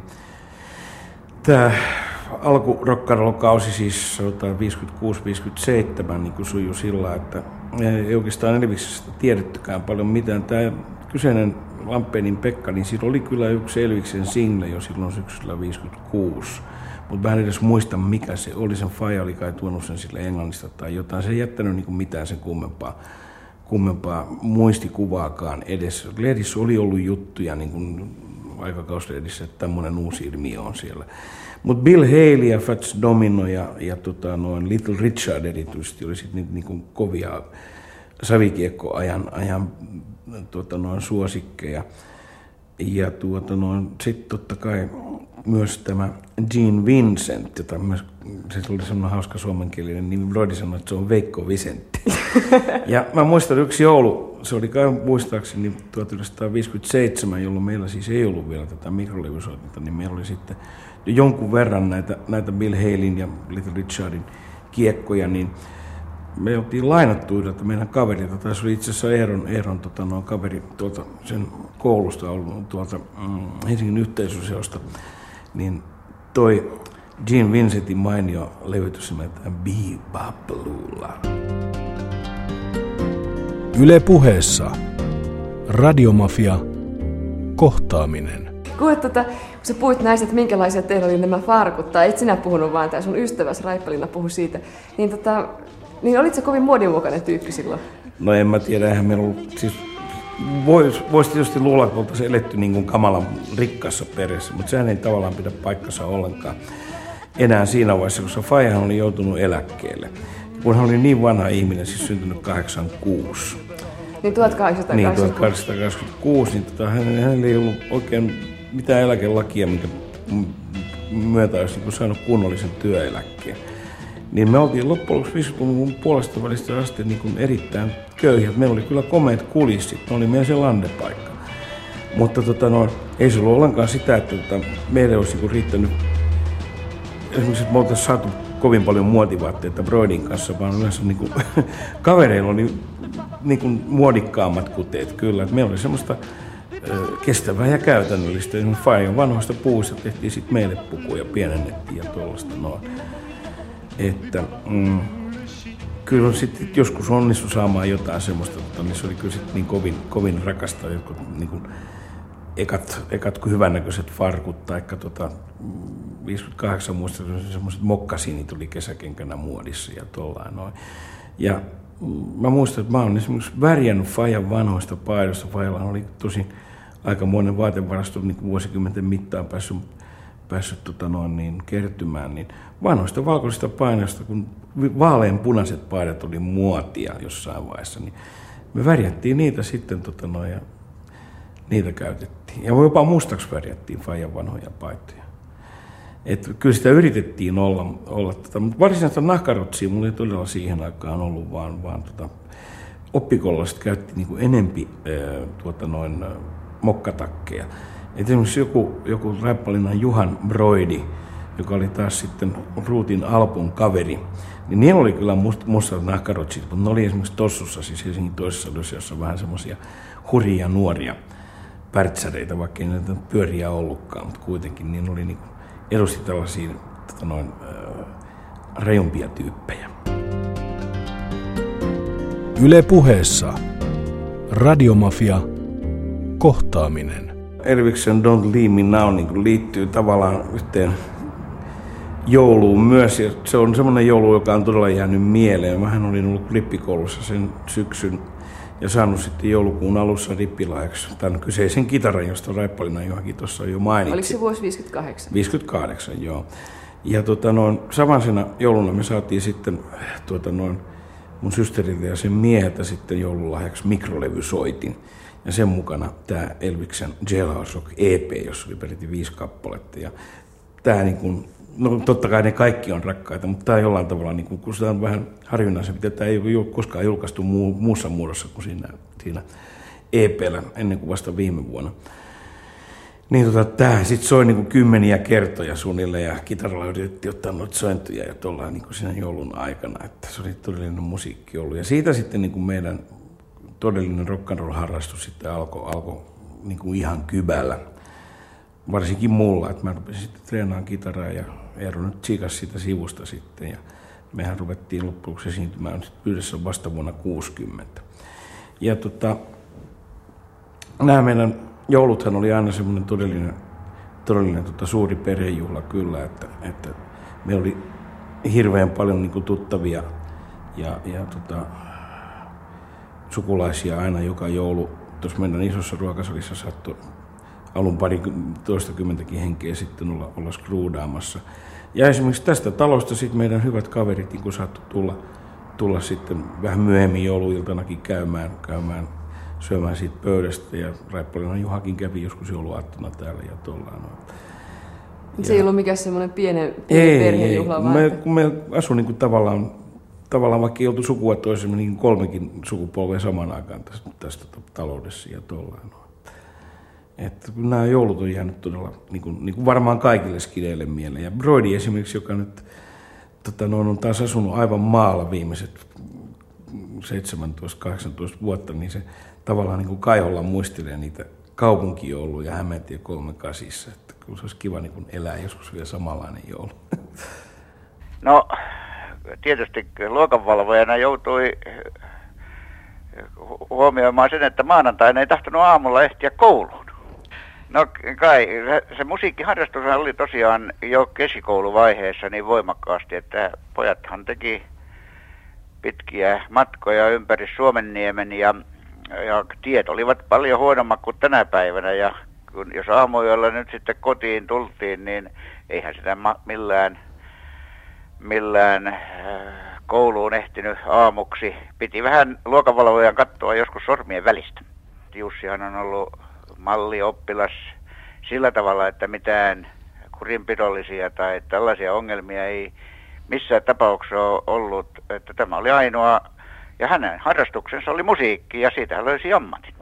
tämä alkurokkarolokausi, siis viisikymmentäkuusi viisikymmentäseitsemän, niin sujui sillä, että ei oikeastaan Elviksestä tiedettykään paljon mitään. Tämä kyseinen Lampenin Pekka, niin siinä oli kyllä yksi Elviksen single jo silloin syksyllä viisikymmentäkuusi. Mutta mä en edes muista, mikä se oli. Sen faija oli kai tuonut sen sille englannista tai jotain. Se ei jättänyt niin kuin mitään sen kummempaa. kummempaa muistikuvaakaan edes. Lehdissä oli ollut juttuja, niin kuin aikakauslehdissä, että tämmöinen uusi ilmiö on siellä. Mutta Bill Haley ja Fats Domino ja, ja tota, noin Little Richard erityisesti oli sitten niin, niin kovia savikiekkoajan ajan, tota, noin suosikkeja. Ja tuota, noin, sitten totta kai myös tämä Gene Vincent, jota myös, se oli semmoinen hauska suomenkielinen nimi, Brody sanoi, että se on Veikko Visentti. Ja mä muistan yksi joulu, se oli kai muistaakseni tuhatyhdeksänsataaviisikymmentäseitsemän, jolloin meillä siis ei ollut vielä tätä mikrolevysoitinta, niin meillä oli sitten jo jonkun verran näitä, näitä Bill Haleyn ja Little Richardin kiekkoja, niin me oltiin lainattu yhdeltä meidän kaverilta, tai se oli itse asiassa Eeron, Eeron tota, no, kaveri tuolta sen koulusta ollut tuolta mm, Helsingin yhteisöseosta, niin toi Gene Vincentin mainio levytys nimeltä Be-Bapalula. Yle Puheessa Radiomafia kohtaaminen. Kuule, tota, kun sä puhuit näistä, että minkälaisia teillä oli nämä farkut, tai et sinä puhunut, vaan tämä sun ystäväs Raippalina puhui siitä, niin, tota, niin olit sä kovin muodinmukainen tyyppi silloin? No en mä tiedä, eihän meillä ollut, siis vois, vois tietysti luulla, että oltaisiin eletty niin kuin kamalan rikkaassa perheessä, mutta sehän ei tavallaan pidä paikkansa ollenkaan enää siinä vaiheessa, koska faijahan oli joutunut eläkkeelle. Kun hän oli niin vanha ihminen, siis syntynyt kahdeksankymmentäkuusi. Niin tuhatkahdeksansataakaksikymmentäkuusi. Niin tuhatkahdeksansataakaksikymmentäkuusi, niin tota, hänellä ei ollut oikein mitään eläkelakia, minkä myötä olisi niin saanut kunnollisen työeläkkeen. Niin me oltiin loppujen lopuksi viisikymmentäluvun puolesta välistä asti niin kuin erittäin köyhiä. Meillä oli kyllä komeat kulissit, ne oli meidän se landepaikka. Mutta tota, no, ei se ollut ollenkaan sitä, että tota, meille olisi niin riittänyt, esimerkiksi että me oltaisiin saatu kovin paljon muotivaatteita Brodin kanssa, vaan yleensä niin kuin, kavereilla oli niin kuin muodikkaammat kuteet kyllä. Meillä oli semmoista kestävää ja käytännöllistä. Esimerkiksi faijan vanhoista puuista tehtiin sitten meille pukuja, pienennettiin ja tuollaista noin. Että mm, kyllä sitten joskus onnistui saamaan jotain semmoista, mutta niin se oli kyllä sitten niin kovin, kovin rakasta, jotkut niin kuin ekat, ekat hyvännäköiset farkut, taikka tota, viisikymmentäkahdeksan muista semmoiset mokkasiinit tuli kesäkenkänä muodissa ja tollain noin. Ja mä muistan, että mä oon esimerkiksi värjännyt faijan vanhoista paidoista. Faijalla oli tosi aikamoinen vaatevarasto niin vuosikymmenten mittaan päässyt, päässyt tota noin, niin, kertymään. Niin vanhoista valkoisista painoista, kun vaaleanpunaiset paidat oli muotia jossain vaiheessa, niin me värjättiin niitä sitten tota noin, ja niitä käytettiin. Ja jopa mustaksi värjättiin faijan vanhoja paitoja. Että kyllä sitä yritettiin olla, olla tota, mutta varsinaista nahkarotsia mulla ei todella siihen aikaan ollut, vaan, vaan tota, oppikollaiset käytti niinku enempi ää, tuota noin, mokkatakkeja. Et esimerkiksi joku, joku Raippalinan Juhan Broidi, joka oli taas sitten Ruutin Alpun kaveri, niin niillä oli kyllä must, mustat nahkarotsit, mutta ne oli esimerkiksi Tossussa, siis Helsingin toisessa lösiössä vähän semmoisia hurjia nuoria pärtsäreitä, vaikka ei näitä pyöriä ollutkaan, mutta kuitenkin niin oli niinku edusti tällaisia tota noin, äh, rajumpia tyyppejä. Yle Puheessa Radiomafia kohtaaminen. Elviksen Don't Leave Me Now niin liittyy tavallaan yhteen jouluun myös. Ja se on semmoinen joulu, joka on todella jäänyt mieleen. Mähän olin ollut rippikoulussa sen syksyn ja saanut sitten joulukuun alussa rippilahjaksi tämän kyseisen kitaran, josta Raippalinan Juhakin tuossa jo mainitsi. Oliko se vuosi viisikymmentäkahdeksan? viisikymmentäkahdeksan, joo. Ja tota noin, samaisena jouluna me saatiin sitten tuota noin, mun systeriltä ja sen mieheltä sitten joululahjaksi mikrolevysoitin. Ja sen mukana tämä Elviksen Jailhouse Rock E P, jossa oli peräti viisi kappaletta. Ja tämä niin kuin, no totta kai ne kaikki on rakkaita, mutta tämä jollain tavalla, niin kuin, kun sitä on vähän harvinaisempi, että tämä ei ole koskaan julkaistu muu, muussa muodossa kuin siinä, siinä E P:llä ennen kuin vasta viime vuonna. Niin tota, tämä sitten soi niin kuin kymmeniä kertoja suunnilleen ja kitaralla yritettiin ottaa noita sointuja ja tuolla niin kuin siinä joulun aikana, että se oli todellinen musiikki ollut. Ja siitä sitten niin kuin meidän todellinen rock'n'roll-harrastus sitten alkoi alko, niin kuin ihan kybällä. Varsinkin mulla, että mä rupesin sitten treenaamaan kitaraa ja Eero nyt tsiikasi sitä sivusta sitten. Ja mehän ruvettiin loppuksi esiintymään yhdessä vasta vuonna kuusikymmentä. Ja tota, nämä meidän jouluthan oli aina semmoinen todellinen, todellinen tota, suuri perhejuhla kyllä, että, että meillä oli hirveän paljon niin kuin tuttavia ja, ja tota, sukulaisia aina joka joulu. Tuossa meidän isossa ruokasalissa saattoi alun pari toistakymmentäkin henkeä sitten olla, olla skruudaamassa. Ja esimerkiksi tästä talosta sitten meidän hyvät kaverit niin saattoi tulla, tulla sitten vähän myöhemmin jouluiltanakin käymään, käymään syömään siitä pöydästä. Ja Raippalinan Juhakin kävi joskus jouluaattona täällä ja tuollaan. Se ei ollut mikään semmoinen pienen, pienen perhejuhla vaan? Me, kun me asuin niin kuin tavallaan, tavallaan vaikka ei oltu sukua toisemme, niin kolmekin sukupolvea samaan aikaan tästä, tästä taloudessa ja tuollaan. Että nämä joulut on jäänyt todella, niin kuin, niin kuin varmaan kaikille skideille mieleen. Ja Broidi esimerkiksi, joka nyt tota, no, on taas asunut aivan maalla viimeiset seitsemäntoista kahdeksantoista vuotta, niin se tavallaan niin kuin Kaiholla muistelee niitä kaupunkijouluja ja Hämeentie kolmekymmentäkahdeksan. Että kyllä se olisi kiva niin kuin elää joskus vielä samanlainen joulu. No tietysti luokanvalvojana joutui huomioimaan sen, että maanantaina ei tahtonut aamulla ehtiä kouluun. No kai, se musiikkiharrastus oli tosiaan jo keskikouluvaiheessa niin voimakkaasti, että pojathan teki pitkiä matkoja ympäri Suomenniemen ja, ja tiet olivat paljon huonommat kuin tänä päivänä. Ja kun, jos aamuyöllä nyt sitten kotiin tultiin, niin eihän sitä millään, millään kouluun ehtinyt aamuksi. Piti vähän luokanvalvojan katsoa joskus sormien välistä. Jussihan on ollut mallioppilas sillä tavalla, että mitään kurinpidollisia tai tällaisia ongelmia ei missään tapauksessa ole ollut. Että tämä oli ainoa, ja hänen harrastuksensa oli musiikki, ja siitä hän löysi ammatin.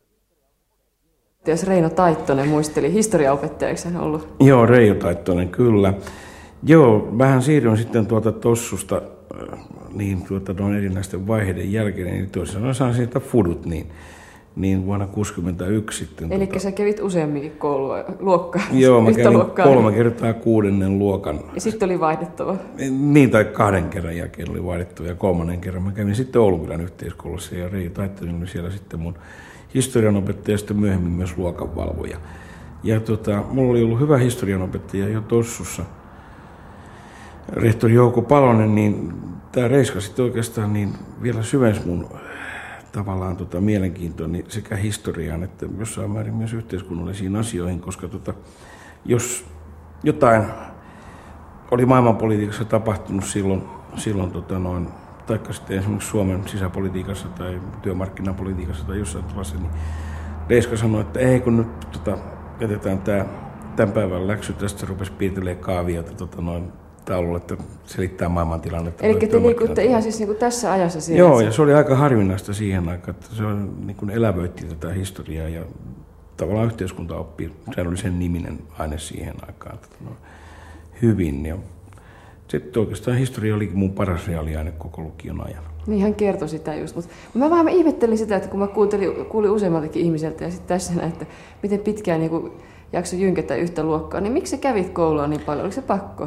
Jos Reino Taittonen muisteli, historiaopettajaksi hän ollut? Joo, Reijo Taittonen, kyllä. Joo, vähän siirryin sitten tuolta Tossusta niin tuota noin erinäisten vaiheiden jälkeen, niin toisin sanoen saan sieltä fudut, niin, niin vuonna kuusikymmentäyksi sitten. Eli tuota, sä kävit useamminkin koulua, luokkaa? Joo, mä kävin luokkaa, kolme niin kertaa kuudennen luokan. Ja sitten oli vaihdettava? Niin, tai kahden kerran jälkeen oli vaihdettava, ja kolmannen kerran mä kävin sitten Oulukylän yhteiskoulussa, ja Reijo Taittonen oli siellä sitten mun historianopettaja ja sitten myöhemmin myös luokanvalvoja. Ja tota, mulla oli ollut hyvä historianopettaja jo Tossussa, rehtori Jouko Palonen, niin tämä reiska sitten oikeastaan niin vielä syvensi mun tavallaan tota mielenkiintoani sekä historiaan että jossain määrin myös yhteiskunnallisiin asioihin, koska tota, jos jotain oli maailmanpolitiikassa tapahtunut silloin, silloin tota noin, taikka sitten esimerkiksi Suomen sisäpolitiikassa tai työmarkkinapolitiikassa tai jossain tällaisessa, niin reiska sanoi, että ei kun nyt tota, jätetään tämä tämän päivän läksy, tästä rupesi piirtelemään kaaviota tota noin taululle, että selittää maailmantilannetta. Eli te liikutte ihan siis niin kuin tässä ajassa siinä? Joo, ja se oli aika harvinaista siihen aikaan, että se niin kuin elävöitti tätä historiaa ja tavallaan yhteiskuntaoppi, se oli sen niminen aine siihen aikaan no, hyvin. Ja sitten oikeastaan historia olikin mun paras reaaliaine koko lukion ajan. Niin hän kertoi sitä just, mutta mä vähän ihmettelin sitä, että kun mä kuuntelin, kuulin useammaltakin ihmiseltä ja sitten tässä näin, että miten pitkään niin jaksoi jynkätä yhtä luokkaa, niin miksi sä kävit koulua niin paljon, oliko se pakko?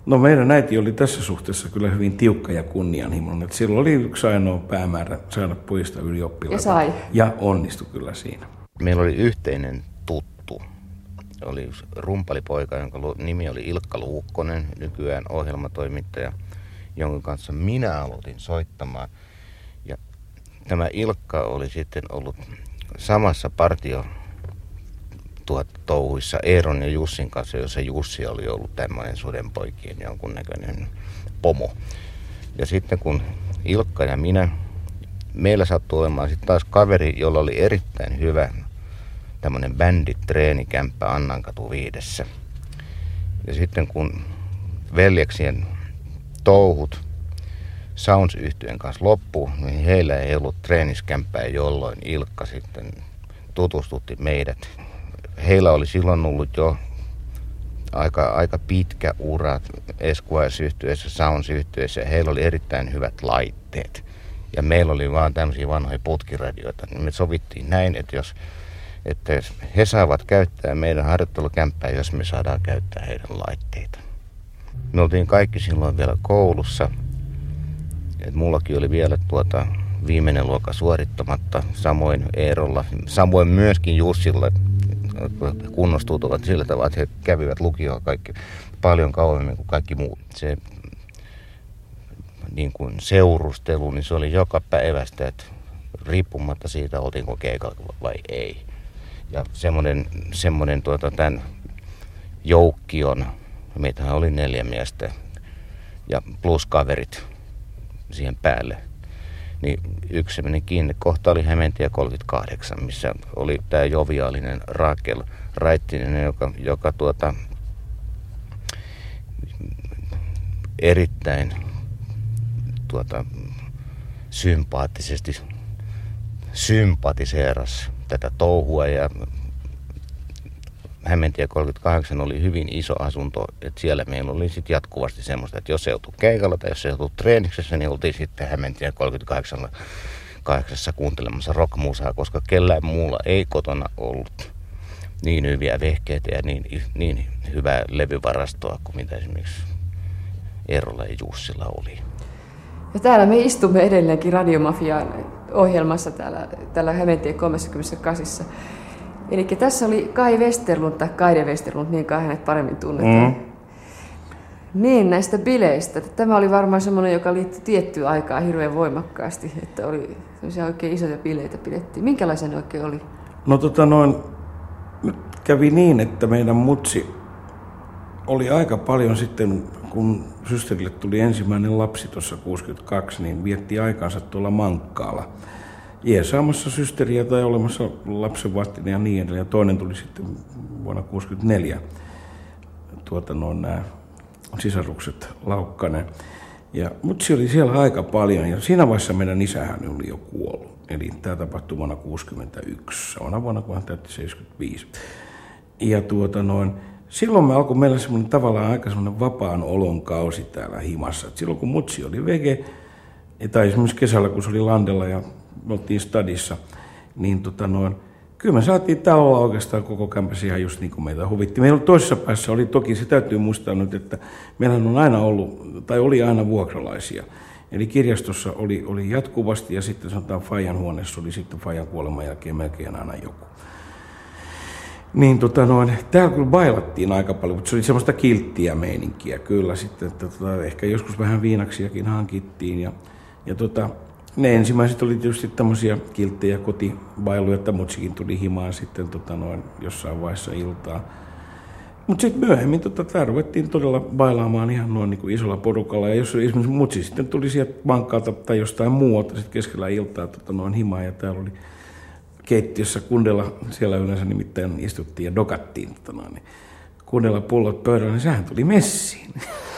No meidän äiti oli tässä suhteessa kyllä hyvin tiukka ja kunnianhimoinen. Että silloin oli yksi ainoa päämäärä saada pojista ylioppilaita. Ja sai. Ja onnistui kyllä siinä. Meillä oli yhteinen tuttu. Oli rumpalipoika, jonka nimi oli Ilkka Luukkonen, nykyään ohjelmatoimittaja, jonka kanssa minä aloitin soittamaan. Ja tämä Ilkka oli sitten ollut samassa partio touhuissa Eeron ja Jussin kanssa, jossa Jussi oli ollut tämmöinen sudenpoikien jonkunnäköinen pomo. Ja sitten kun Ilkka ja minä, meillä sattui olemaan sitten taas kaveri, jolla oli erittäin hyvä tämmöinen bänditreenikämppä Annankatu viidessä. Ja sitten kun veljeksien touhut Sounds-yhtyeen kanssa loppui, niin heillä ei ollut treenikämppää, jolloin Ilkka sitten tutustutti meidät. Heillä oli silloin ollut jo aika, aika pitkä ura Esquires-yhtyeessä, Sounds-yhtyeessä, ja heillä oli erittäin hyvät laitteet. Ja meillä oli vaan tämmöisiä vanhoja putkiradioita. Me sovittiin näin, että jos että he saavat käyttää meidän harjoittelukämppää, jos me saadaan käyttää heidän laitteita. Me oltiin kaikki silloin vielä koulussa. Et mullakin oli vielä tuota viimeinen luokka suorittamatta, samoin Eerolla, samoin myöskin Jussilla kunnostuutuvat sillä tavalla, että he kävivät lukioon kaikki paljon kauemmin kuin kaikki muu. Se niin kuin seurustelu, niin se oli joka päivästä, että riippumatta siitä, oltiinko keikalla vai ei. Ja semmoinen, semmoinen tuota, tämän joukkion, meitähän oli neljä miestä ja plus kaverit siihen päälle. Niin yksi semmoinen kiinnekohta oli Hämeentie kolmekymmentäkahdeksan, missä oli tämä joviaalinen Raakel Raittinen, joka, joka tuota, erittäin tuota, sympaattisesti sympatiseerasi tätä touhua, ja Hämeentie kolmekymmentäkahdeksan oli hyvin iso asunto, että siellä meillä oli sitten jatkuvasti semmoista, että jos se joutui keikalla tai jos se joutui treeniksessä, niin oltiin sitten Hämeentie kolmekymmentäkahdeksan kahdeksassa kuuntelemassa rockmusaa, koska kellään muulla ei kotona ollut niin hyviä vehkeitä ja niin, niin hyvää levyvarastoa kuin mitä esimerkiksi Eerolla ja Jussilla oli. Ja täällä me istumme edelleenkin Radiomafian ohjelmassa täällä, täällä Hämeentie kolmekymmentäkahdeksan. Eli tässä oli Kai Westerlund tai Kaide Westerlund, niin kai hänet paremmin tunnetaan. Mm. Niin, näistä bileistä. Tämä oli varmaan semmoinen, joka liittyi tiettyyn aikaan hirveän voimakkaasti, että oli sellaisia oikein isoja bileitä pidettiin. Minkälaisia ne oikein oli? No tota noin, nyt kävi niin, että meidän mutsi oli aika paljon sitten, kun systerille tuli ensimmäinen lapsi tuossa kuusikymmentäkaksi, niin vietti aikansa tuolla Mankkaalla. Jeesaamassa systeriä tai olemassa lapsenvahtinen ja niin edelleen. Ja toinen tuli sitten vuonna kuusikymmentäneljä, tuota noin nämä sisarukset Laukkanen. Ja mutsi oli siellä aika paljon ja siinä vaiheessa meidän isähän oli jo kuollut. Eli tämä tapahtui vuonna kuusikymmentäyksi, samana vuonna kun hän täytti seitsemänkymmentäviisi. Ja tuota noin, silloin me alkoi meillä semmoinen tavallaan aika semmoinen vapaan olon kausi täällä himassa. Et silloin kun mutsi oli vege, tai esimerkiksi kesällä kun se oli landella ja me oltiin stadissa, niin tota noin, kyllä me saatiin täällä olla oikeastaan koko kämpäs ihan just niin kuin meitä huvitti. Meillä toisessa päässä oli toki, se täytyy muistaa nyt, että meillähän on aina ollut, tai oli aina vuokralaisia. Eli kirjastossa oli, oli jatkuvasti ja sitten sanotaan Fajan huoneessa oli sitten Fajan kuoleman jälkeen melkein aina joku. Niin tota noin, täällä kyllä bailattiin aika paljon, mutta se oli semmoista kilttiä meininkiä kyllä sitten, että tota, ehkä joskus vähän viinaksiakin hankittiin ja, ja tota, ne ensimmäiset oli tietysti tämmöisiä kilttejä kotibailuja, että mutsikin tuli himaan sitten tota noin jossain vaiheessa iltaa. Mutta sitten myöhemmin tota, tää ruvettiin todella bailaamaan ihan noin niin kuin isolla porukalla. Ja jos esimerkiksi mutsi sitten tuli sieltä Mankkaalta tai jostain muualta sitten keskellä iltaa tota, noin himaan. Ja täällä oli keittiössä Kundella, siellä yleensä nimittäin istuttiin ja dokattiin. Tota noin, niin Kundella pullot pöydällä, niin sehän tuli messiin.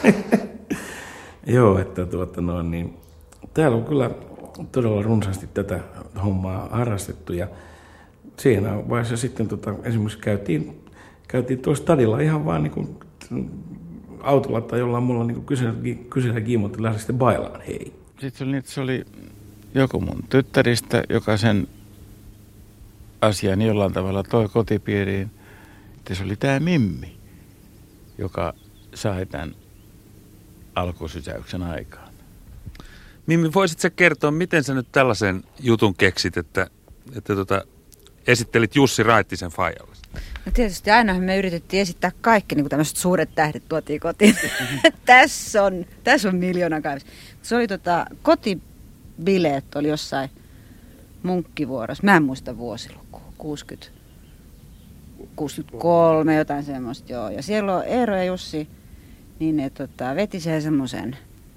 Joo, että tuota noin niin täällä on kyllä todella runsaasti tätä hommaa harrastettu ja siinä vaiheessa sitten tota, esimerkiksi käytiin, käytiin tuossa stadilla ihan vaan niin kuin autolla tai jollain mulla niin kysellä, kysellä kiimot ja lähde sitten bailaan, hei. Sitten oli, se oli joku mun tyttäristä, joka sen asian jollain tavalla toi kotipiiriin. Se oli tämä Mimmi, joka sai tämän alkusysäyksen aikaan. Mimmi, voisitko sä kertoa, miten sä nyt tällaisen jutun keksit, että, että tota, esittelit Jussi Raittisen faijalle? No tietysti ainahan me yritettiin esittää kaikki, niin kuin tämmöiset suuret tähdet tuotiin kotiin. tässä on, tässä on miljoona kaivos. Se oli tota, kotibileet oli jossain Munkkivuorossa. Mä en muista vuosilukua. kuusikymmentä, kuusikymmentäkolme, jotain semmoista, joo. Ja siellä on Eero ja Jussi, niin ne tota, veti sen semmoisen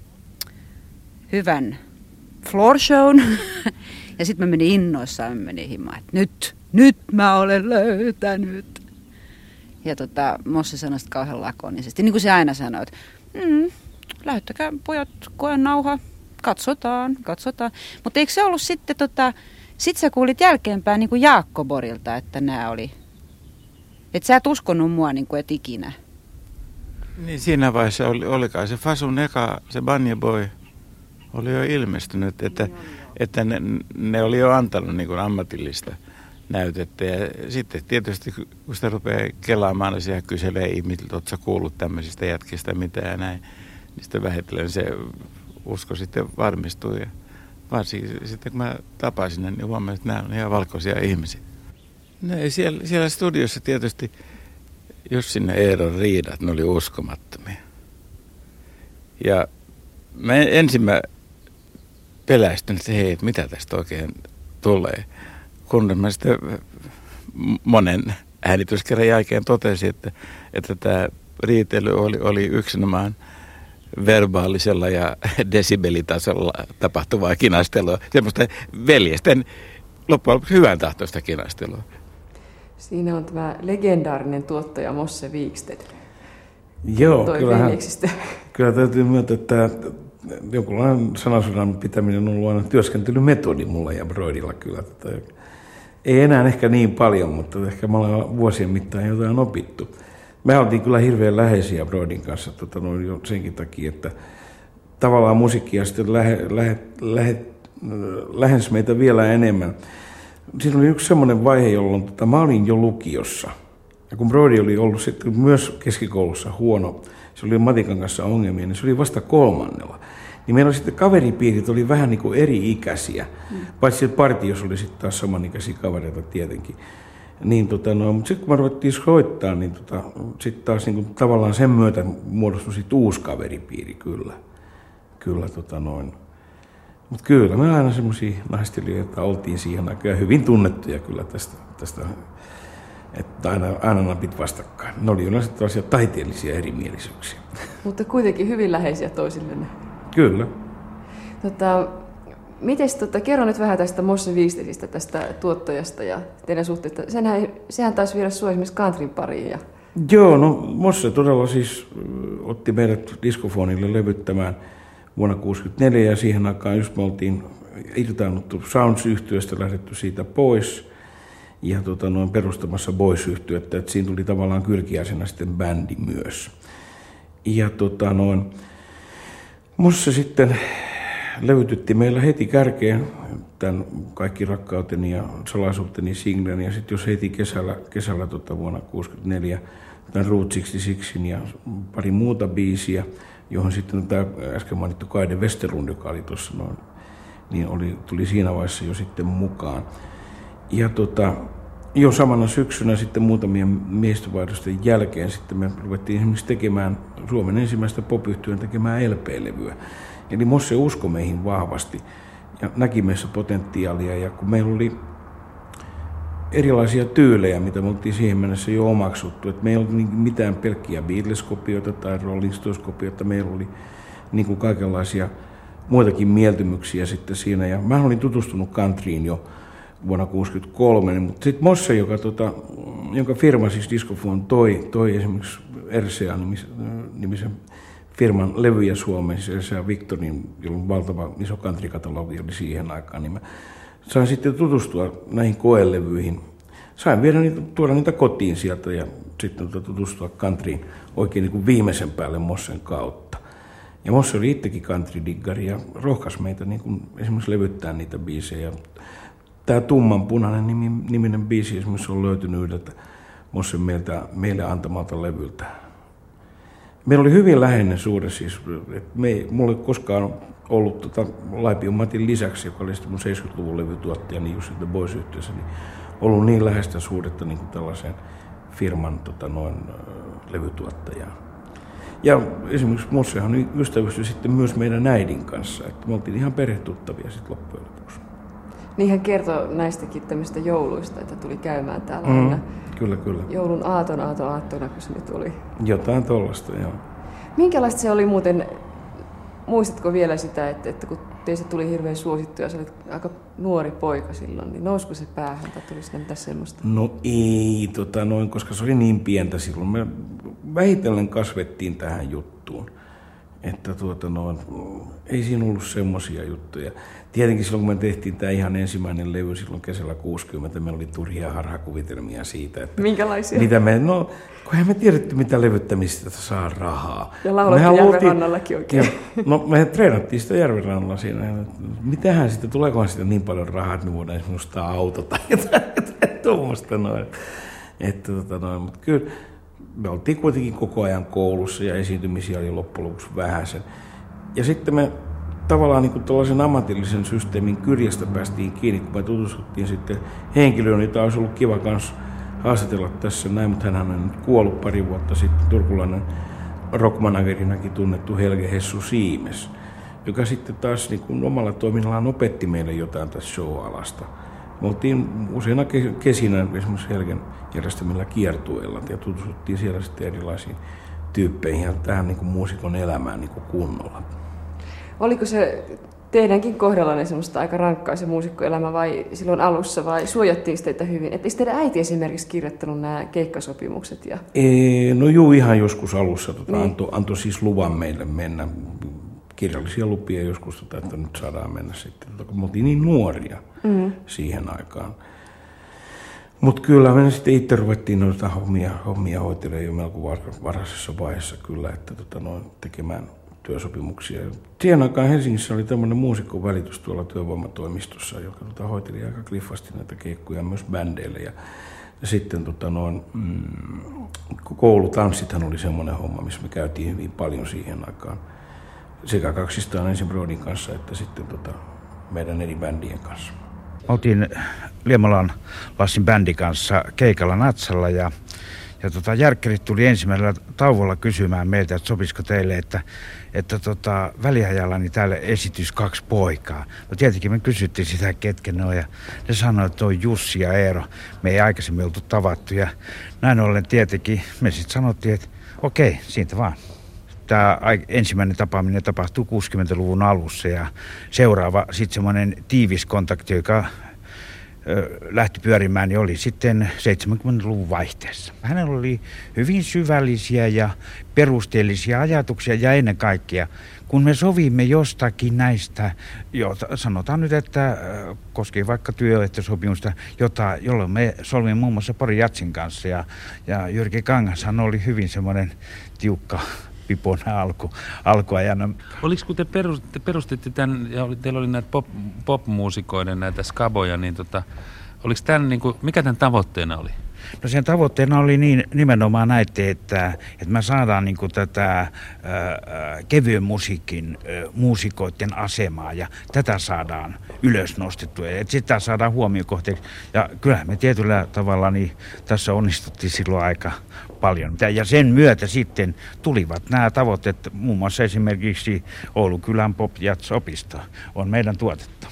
hyvän floor shown. Ja sitten mä menin innoissaan, mä menin himaan, että nyt, nyt mä olen löytänyt. Ja tota, Mosse sanoi sitten kauhean lakonisesti, niin kuin se aina sanoi, että mm, lähettäkää pojat koen nauha, katsotaan, katsotaan. Mutta eikö se ollut sitten, tota, sit sä kuulit jälkeenpäin niin kuin Jaakko Borilta, että nämä oli, että sä et uskonut mua niin kuin et ikinä. Niin siinä vaiheessa oli, oli kai se Fasun eka, se Banja Boy, oli jo ilmestynyt, että, että ne, ne oli jo antanut niin kuin ammatillista näytettä. Ja sitten tietysti, kun sitä rupeaa kelaamaan ja kyselee ihmisiltä, oletko sä kuullut tämmöisistä jätkistä mitään ja näin, niin sitten vähitellen se usko sitten varmistui. Ja varsinkin sitten kun mä tapasin ne, niin huomasin, että nämä on ihan valkoisia ihmisiä. No, siellä, siellä studiossa tietysti Jussin ja Eeron riidat, ne oli uskomattomia. Ja mä ensin mä pelästyn, että hei, että mitä tästä oikein tulee. Kun mä sitten monen äänityskerran jälkeen totesin, että, että tämä riitely oli, oli yksinomaan verbaalisella ja desibelitasolla tapahtuvaa kinastelua. Semmoista veljesten loppujen lopuksi hyvän tahtoista kinastelua. Siinä on tämä legendaarinen tuottaja Mosse Wikstedt. Joo, kyllähän, kyllä täytyy myöntää, että jonkunlainen sanasodan pitäminen on ollut aina työskentelymetodi mulla ja Broidilla kyllä. Ei enää ehkä niin paljon, mutta ehkä me ollaan vuosien mittaan jotain opittu. Me oltiin kyllä hirveän läheisiä Broidin kanssa tota, noin jo senkin takia, että tavallaan musiikkia sitten lähe, lähe, lähe, lähensi meitä vielä enemmän. Siinä oli yksi semmoinen vaihe, jolloin tota, mä olin jo lukiossa. Ja kun Brody oli ollut sitten myös keskikoulussa huono, se oli matikan kanssa ongelmia, niin se oli vasta kolmannella. Niin meillä oli sitten kaveripiirit oli vähän niin kuin eri-ikäisiä, mm. paitsi että partiossa oli sitten taas samanikäisiä kavereita tietenkin. Niin, tota, no, mutta sitten kun me ruvettiin soittaa, niin tota, sitten taas niin kuin, tavallaan sen myötä muodostui sitten uusi kaveripiiri kyllä. Kyllä tota noin. Mutta kyllä me aina semmoisia naistelijoita oltiin siihen aikaan hyvin tunnettuja kyllä tästä, tästä että aina, aina napit vastakkain. Ne oli yleensä tällaisia taiteellisia erimielisyyksiä. Mutta kuitenkin hyvin läheisiä toisillenne. Kyllä. Tota, mites, tota, kerro nyt vähän tästä Mosse Wikstedtistä, tästä tuottajasta ja teidän suhteesta. Senhän, sehän taisi viedä sua esimerkiksi countryn pariin. Ja... Joo, no Mosse todella siis otti meidät Diskofonille levyttämään vuonna tuhatyhdeksänsataakuusikymmentäneljä ja siihen aikaan just me oltiin irtaannuttu Sounds-yhtiöstä, lähdetty siitä pois ja tota, noin perustamassa Boys-yhtiötä, että siinä tuli tavallaan kylkiäisenä sitten bändi myös. Ja tota, noin, Mosse sitten levytytti meillä heti kärkeen tämän Kaikki rakkauteni ja Salaisuuteni singlen ja sitten jos heti kesällä, kesällä tota, vuonna tuhatyhdeksänsataakuusikymmentäneljä tämän Route kuusikymmentäkuusi ja pari muuta biisiä, johon sitten tämä äsken mainittu Kaide Westerlund, joka oli tuossa noin, niin oli, tuli siinä vaiheessa jo sitten mukaan. Ja tota, jo samana syksynä sitten muutamien miehistövaihdosten jälkeen sitten me ruvettiin esimerkiksi tekemään Suomen ensimmäistä pop-yhtyön tekemään L P-levyä. Eli Mosse uskoi meihin vahvasti ja näki meissä potentiaalia ja kun meillä oli erilaisia tyylejä, mitä me oltiin siihen mennessä jo omaksuttu. Et me ei ollut mitään pelkkiä Beatles-kopioita tai Rolling Stones-kopioita. Meillä oli niin kuin kaikenlaisia muitakin mieltymyksiä sitten siinä. Ja mä olin tutustunut countryin jo vuonna tuhatyhdeksänsataakuusikymmentäkolme, mutta sitten Mosse, joka, tota, jonka firma siis Discofon toi, toi esimerkiksi R C A-nimisen firman levyjä Suomeen, siis R C A Victorin, jolloin valtava iso country-katalogi oli siihen aikaan, niin mä sain sitten tutustua näihin koelevyihin. Sain viedä niitä, tuoda niitä kotiin sieltä ja sitten tutustua countryin oikein niin kuin viimeisen päälle Mossen kautta. Ja Mosse oli itsekin country-diggari ja rohkaisi meitä niin kuin esimerkiksi levyttää niitä biisejä. Tämä Tummanpunainen niminen biisi esimerkiksi on löytynyt yhdeltä Mossen meiltä, meille antamalta levyltä. Meillä oli hyvin läheinen suhde siis. Me ei, mulla ei koskaan ollut tota, Laipion Matin lisäksi, joka oli sitten mun seitsemänkymmentäluvun levytuottaja, niin Jussi The Boys-yhtiössä, niin ollut niin läheistä suhdetta niin kuin tällaiseen firman tota, noin, levytuottajaan. Ja esimerkiksi Mossehan ystävystyi sitten myös meidän äidin kanssa, että me oltiin ihan perhetuttavia sitten loppujen lopuksi. Niin hän kertoi näistäkin tämmöistä jouluista, että tuli käymään täällä mm, aina. Kyllä, kyllä. Joulun aaton, aaton, aattona, kun se nyt oli. Jotain tollaista, joo. Minkälaista se oli muuten, muistatko vielä sitä, että, että kun teistä tuli hirveän suosittu ja sä olit aika nuori poika silloin, niin nousiko se päähän tai tuli sinne mitään semmoista? No ei, tota noin, koska se oli niin pientä silloin. Me vähitellen kasvettiin tähän juttuun. Että tuota noin, ei siinä ollut semmoisia juttuja. Tietenkin silloin, kun me tehtiin tämä ihan ensimmäinen levy silloin kesällä kuusikymmentä, meillä oli turhia harhakuvitelmia siitä, että... Minkälaisia? Mitä me, no, kun eihän me tiedetty, mitä levyttämistä saa rahaa. Ja laulattiin Järvenrannallakin oikein. Ja, no, me treenattiin sitä Järvenrannalla siinä. Mitähän sitten, tuleekohan siitä niin paljon rahaa, että me voidaan esimerkiksi ostaa auto tai jotain, jotain tuommoista noin. Että tota noin, mutta kyllä... Me oltiin kuitenkin koko ajan koulussa ja esiintymisiä oli loppujen lopuksi vähäisen. Ja sitten me tavallaan niin kuin tällaisen ammatillisen systeemin kyrjästä päästiin kiinni, kun me tutustuttiin sitten henkilöön, jota olisi ollut kiva kanssa haastatella tässä näin, mutta hän on nyt kuollut pari vuotta sitten, turkulainen rockmanagerinakin tunnettu Helge Hessu Siimes, joka sitten taas niin kuin omalla toiminnallaan opetti meille jotain tästä show-alasta. Me oltiin useina kesinä esimerkiksi Helgen järjestämillä kiertueilla ja tutustuttiin siellä sitten erilaisiin tyyppeihin ja tähän niin kuin muusikon elämään niin kuin kunnolla. Oliko se teidänkin kohdallanne semmoista aika rankkaa se muusikkoelämä vai silloin alussa vai suojattiin teitä hyvin? Että teidän äiti esimerkiksi kirjoittanut nämä keikkasopimukset? Ja... Ee, no juu, ihan joskus alussa tota, niin. antoi anto siis luvan meille mennä. Kirjallisia lupia joskus, tota, että nyt saadaan mennä sitten, kun me oltiin niin nuoria mm. siihen aikaan. Mutta kyllä me sitten itse ruvettiin noita hommia, hommia hoitelemaan jo melko varhaisessa vaiheessa kyllä, että tota, noin, tekemään työsopimuksia. Siihen aikaan Helsingissä oli tämmöinen muusikkovälitys tuolla työvoimatoimistossa, joka tota, hoiteli aika kliffasti näitä keikkuja myös bändeille. Ja, ja sitten tota, noin, mm, koulutanssithan oli semmoinen homma, missä me käytiin hyvin paljon siihen aikaan. Sekä kaksistaan ensin Brodin kanssa että sitten tota, meidän eri bändien kanssa. Oltiin Liemolan Lassin bändin kanssa keikalla Natsalla ja, ja tota, Järkkärit tuli ensimmäisellä tauolla kysymään meiltä, että sopisiko teille, että, että tota, väliajalla niin täällä esitys kaksi poikaa. No tietenkin me kysyttiin sitä, ketkä ne on ja ne sanoi, että on Jussi ja Eero. Me ei aikaisemmin oltu tavattu ja näin ollen tietenkin me sitten sanottiin, että okei, siitä vaan. Tämä ensimmäinen tapaaminen tapahtui kuusikymmentäluvun alussa ja seuraava sitten semmoinen tiivis kontakti, joka ö, lähti pyörimään, niin oli sitten seitsemänkymmentäluvun vaihteessa. Hänellä oli hyvin syvällisiä ja perusteellisia ajatuksia ja ennen kaikkea, kun me sovimme jostakin näistä, jota, sanotaan nyt, että koskee vaikka työehtosopimusta, jota, jolloin me solmimme muun muassa Pori Jatsin kanssa ja, ja Jyrki Kangashan oli hyvin semmoinen tiukka Pipon alku, alkuajana. Oliko kun te, perust, te perustitte tämän, ja oli, teillä oli näitä pop, pop-muusikoiden näitä skaboja, niin tota, oliko tämän, niin kuin, mikä tämän tavoitteena oli? No sen tavoitteena oli niin, nimenomaan näitä, että, että me saadaan niin kuin tätä ää, kevyen musiikin ää, muusikoiden asemaa ja tätä saadaan ylös nostettua ja sitä saadaan huomiokohteeksi. Ja kyllähän me tietyllä tavalla niin tässä onnistuttiin silloin aika paljon. Ja sen myötä sitten tulivat nämä tavoitteet, muun muassa esimerkiksi Oulukylän Pop Jazz-opisto on meidän tuotetta.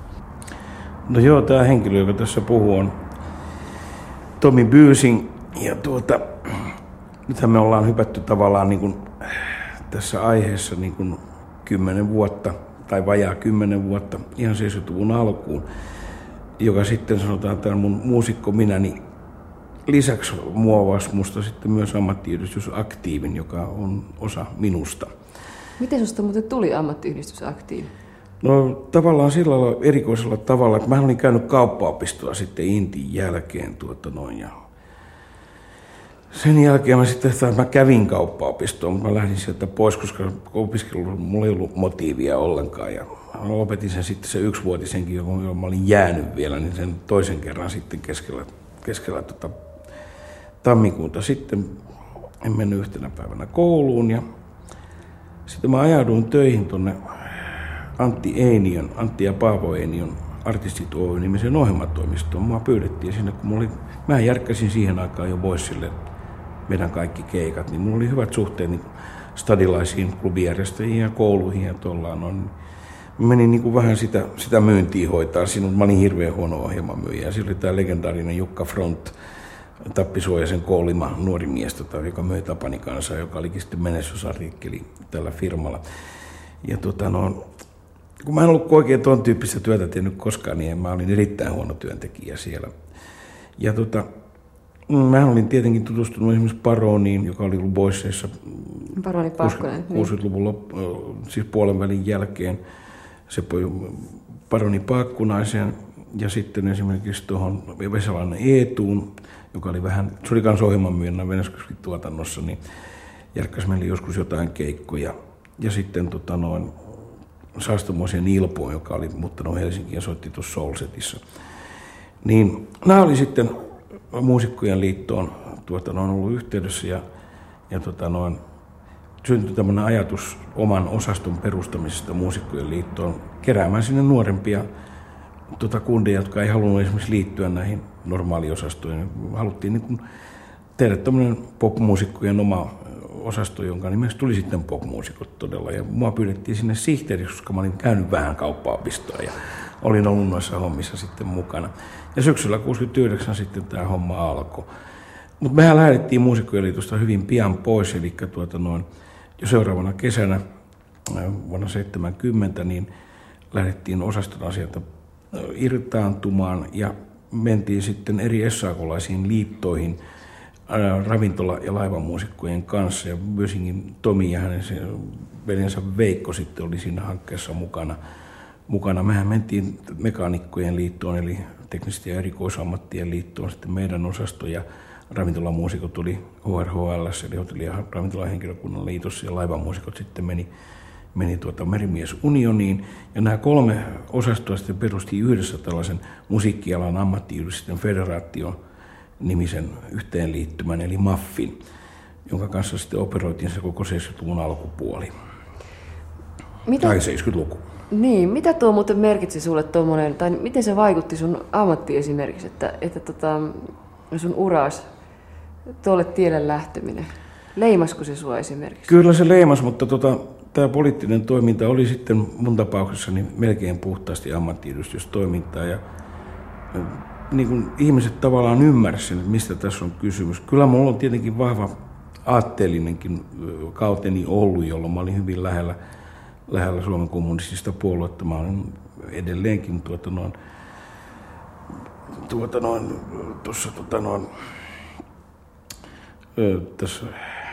No joo, tämä henkilö, joka tässä puhuu, on Tommy Büsing, ja tuota, nythän me ollaan hypätty tavallaan niin kuin tässä aiheessa niin kuin kymmenen vuotta, tai vajaa kymmenen vuotta, ihan seitsemänkymmentäluvun alkuun, joka sitten sanotaan, että mun muusikko minä, niin lisäksi muovasi musta sitten myös ammattiyhdistysaktiivin, joka on osa minusta. Miten susta muuten tuli ammattiyhdistysaktiivi? No tavallaan sillä lailla erikoisella tavalla, että mä olin käynyt kauppaopistoa sitten Intin jälkeen tuota noin ja sen jälkeen mä sitten, että mä kävin kauppaopistoon, mutta mä lähdin sieltä pois, koska opiskelulla mulla ei ollut motiivia ollenkaan ja mä lopetin sen sitten se yksivuotisenkin, johon mä olin jäänyt vielä, niin sen toisen kerran sitten keskellä, keskellä tota, tammikuuta sitten en mennyt yhtenä päivänä kouluun ja sitten mä ajauduin töihin tuonne Antti Einiön, Antti ja Paavo Einiön Artistit Oy-nimisen ohjelmatoimistoon. Mua pyydettiin sinne, kun mulla oli, mä järkkäsin siihen aikaan jo Voicelle meidän kaikki keikat, niin mulla oli hyvät suhteet niin stadilaisiin klubijärjestäjiin ja kouluihin ja tollaan noin. Mä menin niin kuin vähän sitä, sitä myyntiä hoitaa. Siinä mä olin hirveän huono ohjelmamyyjä. Siinä oli tämä legendaarinen Jukka Front, Tappi Suojasen koolima nuori mies, tota, joka möi Tapani kanssa, joka olikin sitten menestysartikkeli tällä firmalla. Ja tota, no, kun mä en ollut oikein tuon tyyppistä työtä tehnyt koskaan, niin mä olin erittäin huono työntekijä siellä. Ja tota, mä olin tietenkin tutustunut esimerkiksi Paroniin, joka oli ollut Boisseissa kuusikymmentäluvun loppu, siis puolen välin jälkeen. Se Paroni Paakkunaiseen ja sitten esimerkiksi tuohon Vesalainen Eetuun, joka oli vähän, se oli kans ohjelmanmyyjänä Venäjän tuotannossa, niin järkkäsi meille joskus jotain keikkoja. Ja sitten tota noin Saastamoisen Ilpoon, joka oli muuttanut Helsinkiin ja soitti tuossa Soulsetissa. Niin nämä oli sitten Muusikkojen liittoon tuota, noin ollut yhteydessä ja, ja tota, noin, syntyi tämmöinen ajatus oman osaston perustamisesta Muusikkojen liittoon keräämään sinne nuorempia tuota, kundeja, jotka ei halunnut esimerkiksi liittyä näihin normaaliosastoihin. Haluttiin niin kuin tehdä tämmöinen popmuusikkojen oma osasto, jonka nimeksi tuli sitten popmuusikot todella. Ja mua pyydettiin sinne sihteeriksi, koska mä olin käynyt vähän kauppaopistoa ja olin ollut noissa hommissa sitten mukana. Ja syksyllä kuusikymmentäyhdeksän sitten tämä homma alkoi. Mutta mehän lähdettiin Muusikkojen liitosta hyvin pian pois, eli tuota noin, jo seuraavana kesänä vuonna seitsemänkymmentä niin lähdettiin osaston asialta irtaantumaan ja mentiin sitten eri S A K-laisiin liittoihin ravintola- ja laivamuusikkojen kanssa. Ja myöskin Tomi ja hänen veljensä Veikko sitten oli siinä hankkeessa mukana. mukana. Mehän mentiin Mekaanikkojen liittoon, eli teknisten ja erikoisammattien liittoon, sitten meidän osasto ja ravintolamuusikot oli H R H L, eli hotelli- ja ravintolahenkilökunnan liitossa, ja laivamuusikot sitten meni, meni tuota Merimiesunioniin. Ja nämä kolme osastoa sitten perusti yhdessä tällaisen musiikkialan ammattiyhdistyksen federaation nimisen yhteenliittymän, eli MAFFin, jonka kanssa sitten operoitiin se koko seitsemänkymmentäluvun alkupuoli. Mitä? Tai seitsemänkymmentäluku. Niin, mitä tuo muuten merkitsi sulle tuommoinen, tai miten se vaikutti sun ammattiin esimerkiksi, että, että tota, sun uras tuolle tielle lähteminen? Leimasko se sua esimerkiksi? Kyllä se leimas, mutta tota, tämä poliittinen toiminta oli sitten mun tapauksessani melkein puhtaasti ammattiyhdistystoimintaa ja niin kuin ihmiset tavallaan ymmärsivät, että mistä tässä on kysymys. Kyllä mulla on tietenkin vahva aatteellinenkin kauteni ollut, jolloin mä olin hyvin lähellä, lähellä Suomen kommunistista puoluetta. Mä olen edelleenkin tuota noin, tuota noin, tuossa tuota noin, tässä